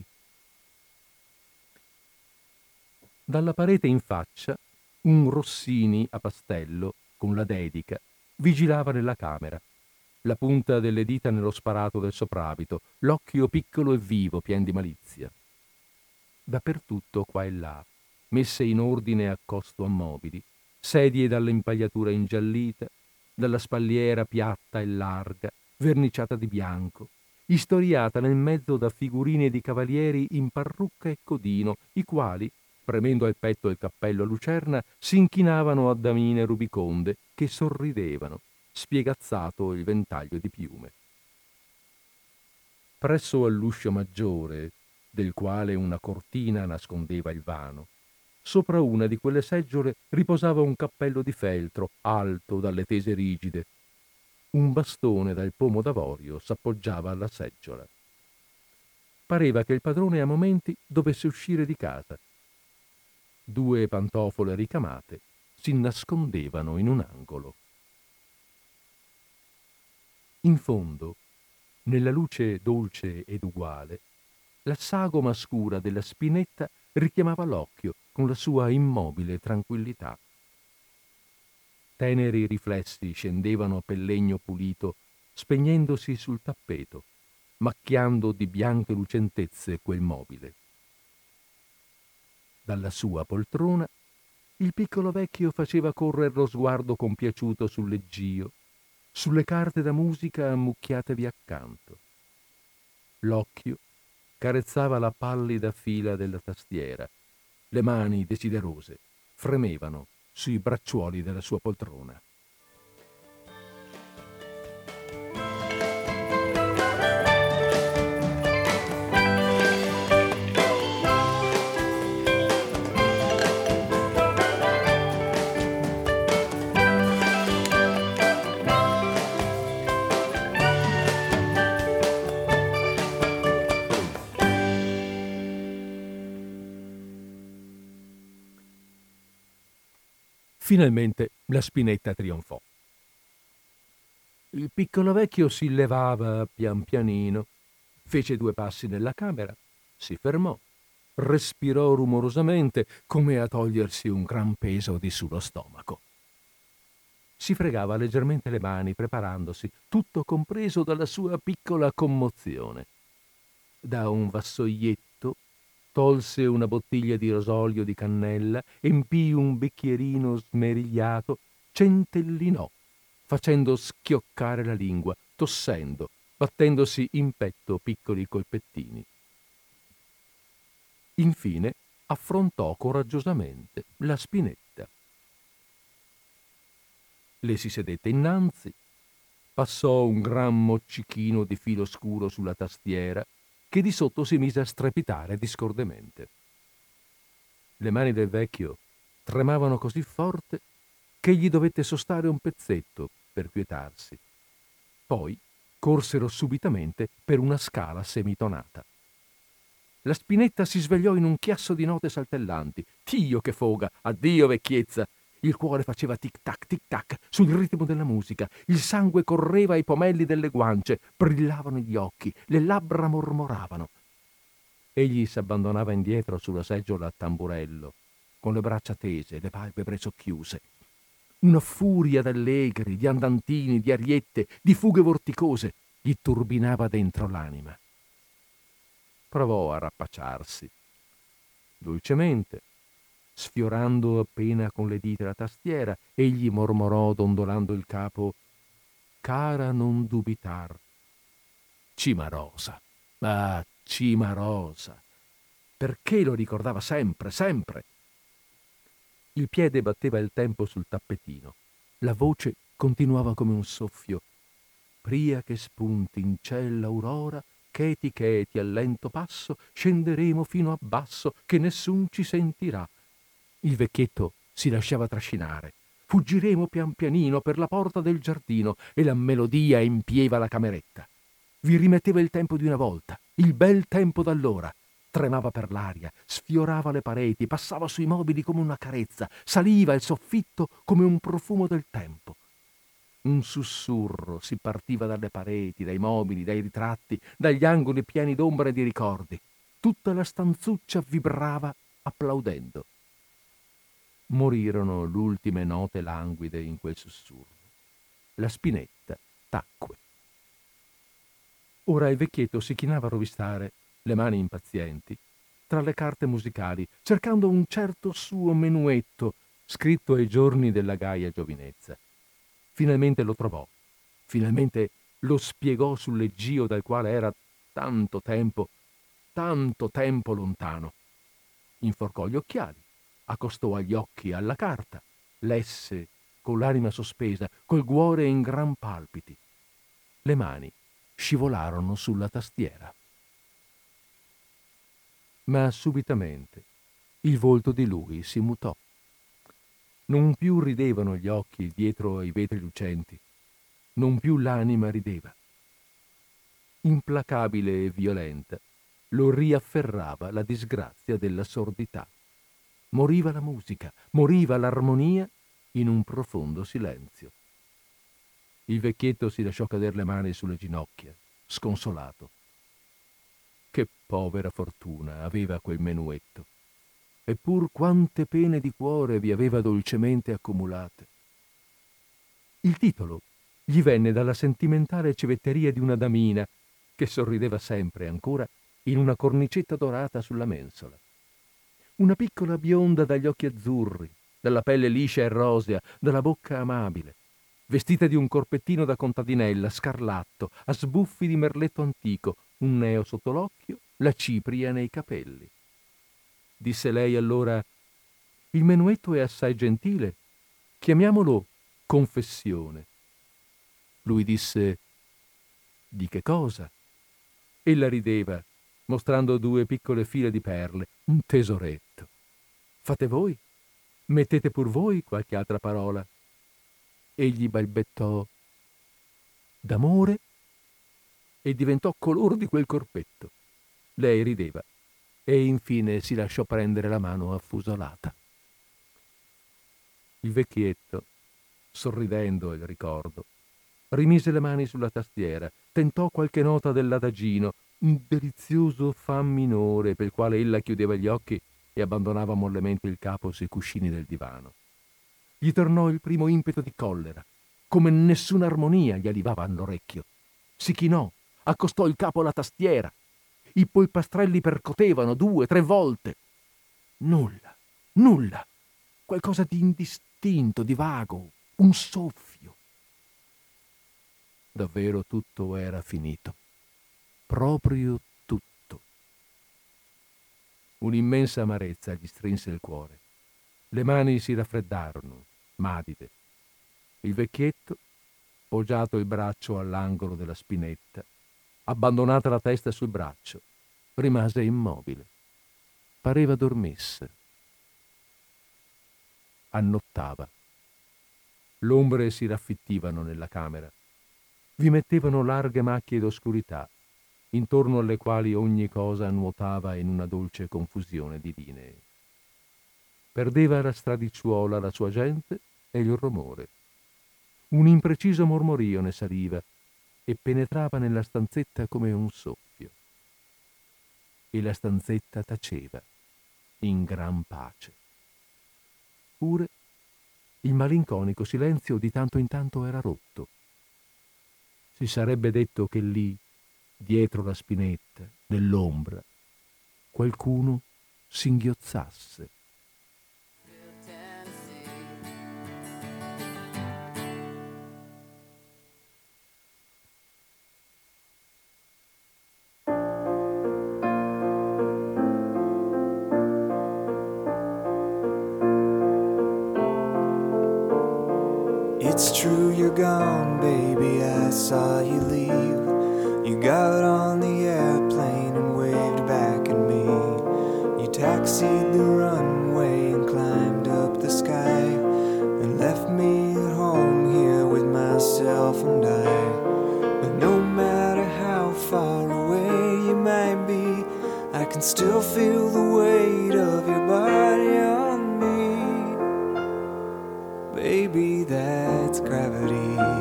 Dalla parete in faccia, un Rossini a pastello, con la dedica, vigilava nella camera, la punta delle dita nello sparato del soprabito, l'occhio piccolo e vivo, pien di malizia. Dappertutto, qua e là, messe in ordine a costo a mobili, sedie dall'impagliatura ingiallita, dalla spalliera piatta e larga, verniciata di bianco, istoriata nel mezzo da figurine di cavalieri in parrucca e codino, i quali, premendo al petto il cappello a lucerna, si inchinavano a damine rubiconde che sorridevano, spiegazzato il ventaglio di piume. Presso all'uscio maggiore, del quale una cortina nascondeva il vano, sopra una di quelle seggiole riposava un cappello di feltro, alto dalle tese rigide. Un bastone dal pomo d'avorio s'appoggiava alla seggiola. Pareva che il padrone a momenti dovesse uscire di casa. Due pantofole ricamate si nascondevano in un angolo. In fondo, nella luce dolce ed uguale, la sagoma scura della spinetta richiamava l'occhio con la sua immobile tranquillità. Teneri riflessi scendevano pel legno pulito, spegnendosi sul tappeto, macchiando di bianche lucentezze quel mobile. Dalla sua poltrona il piccolo vecchio faceva correre lo sguardo compiaciuto sul leggio, sulle carte da musica ammucchiatevi accanto. L'occhio carezzava la pallida fila della tastiera. Le mani desiderose fremevano sui bracciuoli della sua poltrona. Finalmente la spinetta trionfò. Il piccolo vecchio si levava pian pianino, fece due passi nella camera, si fermò, respirò rumorosamente come a togliersi un gran peso di sullo stomaco. Si fregava leggermente le mani preparandosi, tutto compreso dalla sua piccola commozione. Da un vassoietto tolse una bottiglia di rosolio di cannella, empì un bicchierino smerigliato, centellinò, facendo schioccare la lingua, tossendo, battendosi in petto piccoli colpettini. Infine affrontò coraggiosamente la Spinetta. Le si sedette innanzi, passò un gran moccichino di filo scuro sulla tastiera, che di sotto si mise a strepitare discordemente. Le mani del vecchio tremavano così forte che gli dovette sostare un pezzetto per quietarsi. Poi corsero subitamente per una scala semitonata. La Spinetta si svegliò in un chiasso di note saltellanti. Dio che foga! Addio vecchiezza! Il cuore faceva tic-tac, tic-tac sul ritmo della musica, il sangue correva ai pomelli delle guance, brillavano gli occhi, le labbra mormoravano. Egli s'abbandonava indietro sulla seggiola a tamburello, con le braccia tese, le palpebre socchiuse. Una furia d'allegri, di andantini, di ariette, di fughe vorticose gli turbinava dentro l'anima. Provò a rappacciarsi. Dolcemente, sfiorando appena con le dita la tastiera, egli mormorò dondolando il capo: «Cara, non dubitar». Cimarosa, ah, Cimarosa! Perché lo ricordava sempre, sempre? Il piede batteva il tempo sul tappetino. La voce continuava come un soffio. «Pria che spunti in ciel l'aurora, cheti cheti al lento passo, scenderemo fino a basso, che nessun ci sentirà». Il vecchietto si lasciava trascinare. «Fuggiremo pian pianino per la porta del giardino», e la melodia empieva la cameretta. Vi rimetteva il tempo di una volta, il bel tempo d'allora. Tremava per l'aria, sfiorava le pareti, passava sui mobili come una carezza, saliva il soffitto come un profumo del tempo. Un sussurro si partiva dalle pareti, dai mobili, dai ritratti, dagli angoli pieni d'ombra e di ricordi. Tutta la stanzuccia vibrava applaudendo. Morirono le ultime note languide in quel sussurro. La Spinetta tacque. Ora il vecchietto si chinava a rovistare, le mani impazienti, tra le carte musicali, cercando un certo suo menuetto scritto ai giorni della gaia giovinezza. Finalmente lo trovò, finalmente lo spiegò sul leggio dal quale era tanto tempo, tanto tempo lontano. Inforcò gli occhiali, accostò agli occhi alla carta, lesse con l'anima sospesa, col cuore in gran palpiti. Le mani scivolarono sulla tastiera. Ma subitamente il volto di lui si mutò. Non più ridevano gli occhi dietro ai vetri lucenti, non più l'anima rideva. Implacabile e violenta lo riafferrava la disgrazia della sordità. Moriva la musica, moriva l'armonia in un profondo silenzio. Il vecchietto si lasciò cadere le mani sulle ginocchia, sconsolato. Che povera fortuna aveva quel menuetto! Eppur quante pene di cuore vi aveva dolcemente accumulate. Il titolo gli venne dalla sentimentale civetteria di una damina che sorrideva sempre ancora in una cornicetta dorata sulla mensola. Una piccola bionda dagli occhi azzurri, dalla pelle liscia e rosea, dalla bocca amabile, vestita di un corpettino da contadinella, scarlatto, a sbuffi di merletto antico, un neo sotto l'occhio, la cipria nei capelli. Disse lei allora: «Il menuetto è assai gentile, chiamiamolo confessione». Lui disse: «Di che cosa?» Ella rideva, mostrando due piccole file di perle, un tesoretto. «Fate voi? Mettete pur voi qualche altra parola». Egli balbettò: «D'amore?» e diventò color di quel corpetto. Lei rideva e infine si lasciò prendere la mano affusolata. Il vecchietto, sorridendo al ricordo, rimise le mani sulla tastiera, tentò qualche nota dell'adagino, un delizioso fa minore per il quale ella chiudeva gli occhi e abbandonava mollemente il capo sui cuscini del divano. Gli tornò il primo impeto di collera, come nessuna armonia gli arrivava all'orecchio. Si chinò, accostò il capo alla tastiera. I polpastrelli percotevano due, tre volte. Nulla, nulla. Qualcosa di indistinto, di vago, un soffio. Davvero tutto era finito. Proprio tutto. Un'immensa amarezza gli strinse il cuore. Le mani si raffreddarono, madide. Il vecchietto, poggiato il braccio all'angolo della spinetta, abbandonata la testa sul braccio, rimase immobile. Pareva dormisse. Annottava. L'ombre si raffittivano nella camera. Vi mettevano larghe macchie d'oscurità, intorno alle quali ogni cosa nuotava in una dolce confusione di linee. Perdeva la stradicciuola la sua gente e il rumore. Un impreciso mormorio ne saliva e penetrava nella stanzetta come un soffio. E la stanzetta taceva, in gran pace. Pure il malinconico silenzio di tanto in tanto era rotto. Si sarebbe detto che lì, dietro la spinetta, nell'ombra, qualcuno singhiozzasse. It's true you're gone, baby, I saw you leave. You got on the airplane and waved back at me. You taxied the runway and climbed up the sky and left me at home here with myself and I. But no matter how far away you might be, I can still feel the weight of your body on me. Baby, that's gravity.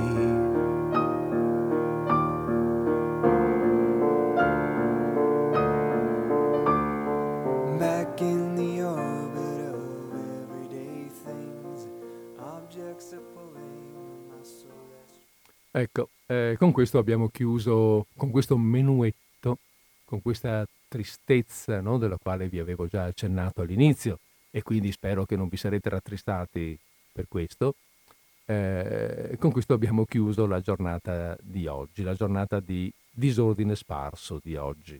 Back in the orbit of everyday things, objects are pulling on my soul. Ecco, eh, con questo abbiamo chiuso, con questo menuetto, con questa tristezza, no, della quale vi avevo già accennato all'inizio, e quindi spero che non vi sarete rattristati per questo. Eh, con questo abbiamo chiuso la giornata di oggi, la giornata di disordine sparso di oggi.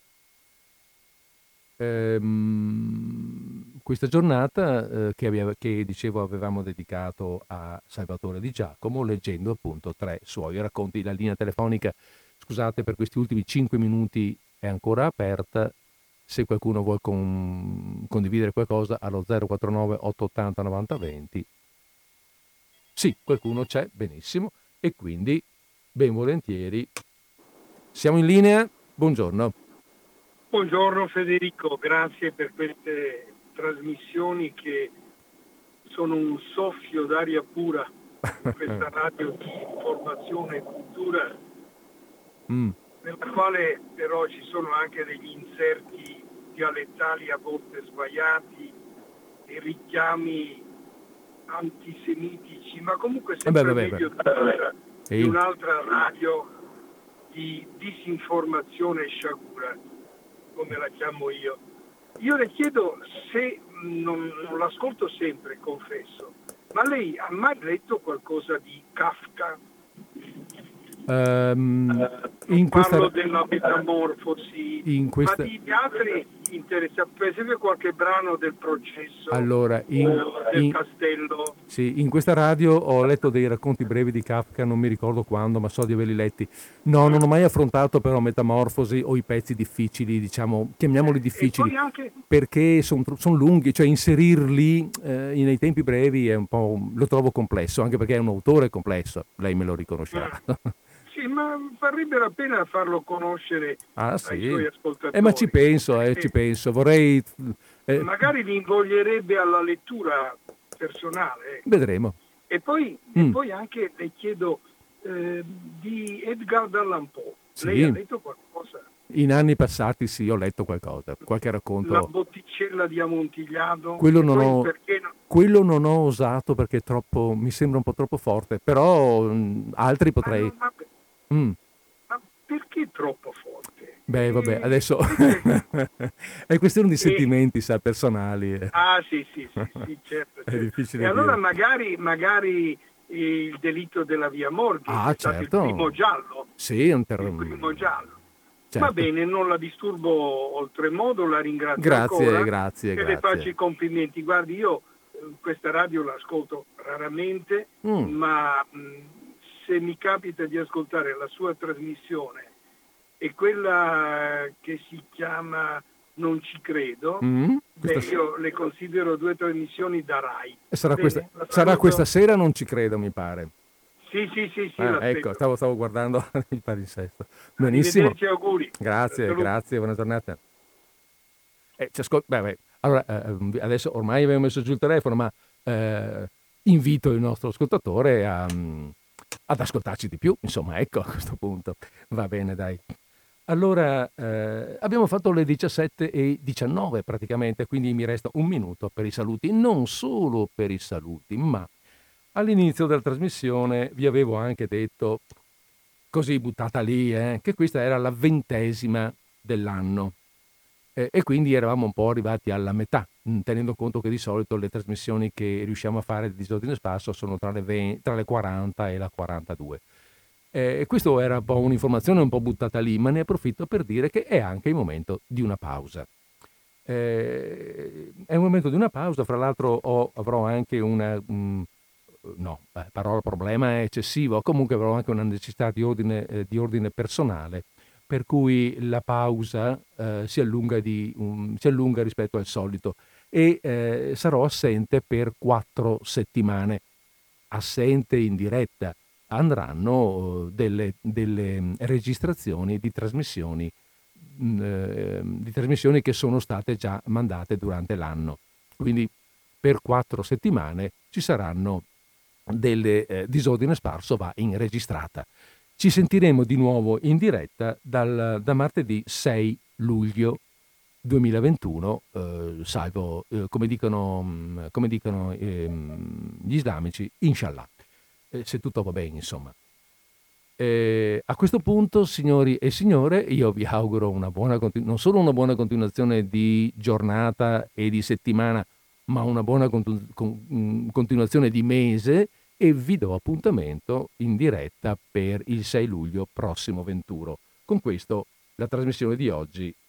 Ehm, questa giornata eh, che, aveva, che dicevo avevamo dedicato a Salvatore Di Giacomo, leggendo appunto tre suoi racconti. La linea telefonica, scusate per questi ultimi cinque minuti, è ancora aperta. Se qualcuno vuole con, condividere qualcosa, allo zero quattro nove otto otto zero nove zero due zero. Sì, qualcuno c'è, benissimo, e quindi ben volentieri siamo in linea. Buongiorno. Buongiorno Federico, grazie per queste trasmissioni che sono un soffio d'aria pura in questa radio di informazione e cultura, mm. nella quale però ci sono anche degli inserti dialettali a volte sbagliati e richiami antisemitici, ma comunque sempre eh beh, beh, meglio beh. Di, di un'altra radio di disinformazione e sciagura, come la chiamo io. Io le chiedo se, non, non l'ascolto sempre, confesso, ma lei ha mai letto qualcosa di Kafka? Um, uh, in parlo questa... della metamorfosi, in questa... ma di altri interessanti, per esempio qualche brano del Processo, allora, in, o del in, Castello. Sì, in questa radio ho letto dei racconti brevi di Kafka, non mi ricordo quando, ma so di averli letti. No, non ho mai affrontato però Metamorfosi o i pezzi difficili, diciamo, chiamiamoli difficili, anche... perché sono son lunghi, cioè inserirli eh, nei tempi brevi è un po', lo trovo complesso, anche perché è un autore complesso, lei me lo riconoscerà. Mm. Sì, ma varrebbe la pena farlo conoscere ah, sì. ai suoi ascoltatori. Eh, ma ci penso, eh, ci penso. Vorrei... Eh, magari li invoglierebbe alla lettura personale. Vedremo. E poi, mm. e poi anche le chiedo eh, di Edgar Allan Poe. Sì. Lei ha letto qualcosa? In anni passati sì, ho letto qualcosa, qualche racconto. La botticella di Amontillado. Quello non Poi ho, perché no- quello non ho osato perché è troppo, mi sembra un po' troppo forte, però mh, altri Ma, potrei. non- ma- Mm, ma perché troppo forte? beh, vabbè, Eh, adesso perché- è questione di eh, sentimenti, sa, personali. eh. ah sì, sì, sì, sì, certo, È certo. difficile E allora dire. magari, magari il delitto della via Morghi, Ah, che è stato certo. il primo giallo, Sì, è un ter- il primo giallo. certo. Va bene, non la disturbo oltremodo, la ringrazio Grazie, ancora grazie, e le faccio grazie. i complimenti. Guardi, io eh, questa radio l'ascolto raramente, Mm. ma mh, se mi capita di ascoltare la sua trasmissione e quella che si chiama Non ci credo, Mm? beh, Questa- io le considero due trasmissioni da Rai. e sarà, Bene, questa, la sarà saluto. questa sera, non ci credo, mi pare. Sì, sì, sì, sì, Ah, l'aspetto. ecco, stavo, stavo guardando il palinsesto. Benissimo. Arrivederci, auguri. Grazie, Saluto. grazie, buona giornata. Eh, ci ascol- beh, beh, allora, eh, adesso ormai abbiamo messo giù il telefono, ma eh, invito il nostro ascoltatore a, mm, ad ascoltarci di più, insomma, ecco, a questo punto. Va bene, dai. Allora, eh, abbiamo fatto le diciassette e diciannove praticamente, quindi mi resta un minuto per i saluti, non solo per i saluti, ma all'inizio della trasmissione vi avevo anche detto, così buttata lì, eh, che questa era la ventesima dell'anno. Eh, e quindi eravamo un po' arrivati alla metà, mh, tenendo conto che di solito le trasmissioni che riusciamo a fare di disordine sparso sono tra le, venti, tra le quaranta e la quarantadue. Eh, e questo era un po' un'informazione un po' buttata lì, ma ne approfitto per dire che è anche il momento di una pausa. Eh, è un momento di una pausa, fra l'altro ho, avrò anche una... mh, no, eh, parola problema è eccessivo, comunque avrò anche una necessità di ordine, eh, di ordine personale, per cui la pausa eh, si, allunga di, um, si allunga rispetto al solito e eh, sarò assente per quattro settimane. Assente in diretta. Andranno delle, delle registrazioni di trasmissioni, mh, eh, di trasmissioni che sono state già mandate durante l'anno. Quindi per quattro settimane ci saranno delle eh, disordine sparso va in registrata. Ci sentiremo di nuovo in diretta dal, da martedì sei luglio duemilaventuno, eh, salvo, eh, come dicono, come dicono ehm, gli islamici, inshallah, eh, se tutto va bene, insomma. Eh, a questo punto, signori e signore, io vi auguro una buona continu- non solo una buona continuazione di giornata e di settimana, ma una buona continu- con- continuazione di mese e vi do appuntamento in diretta per il sei luglio prossimo venturo. Con questo la trasmissione di oggi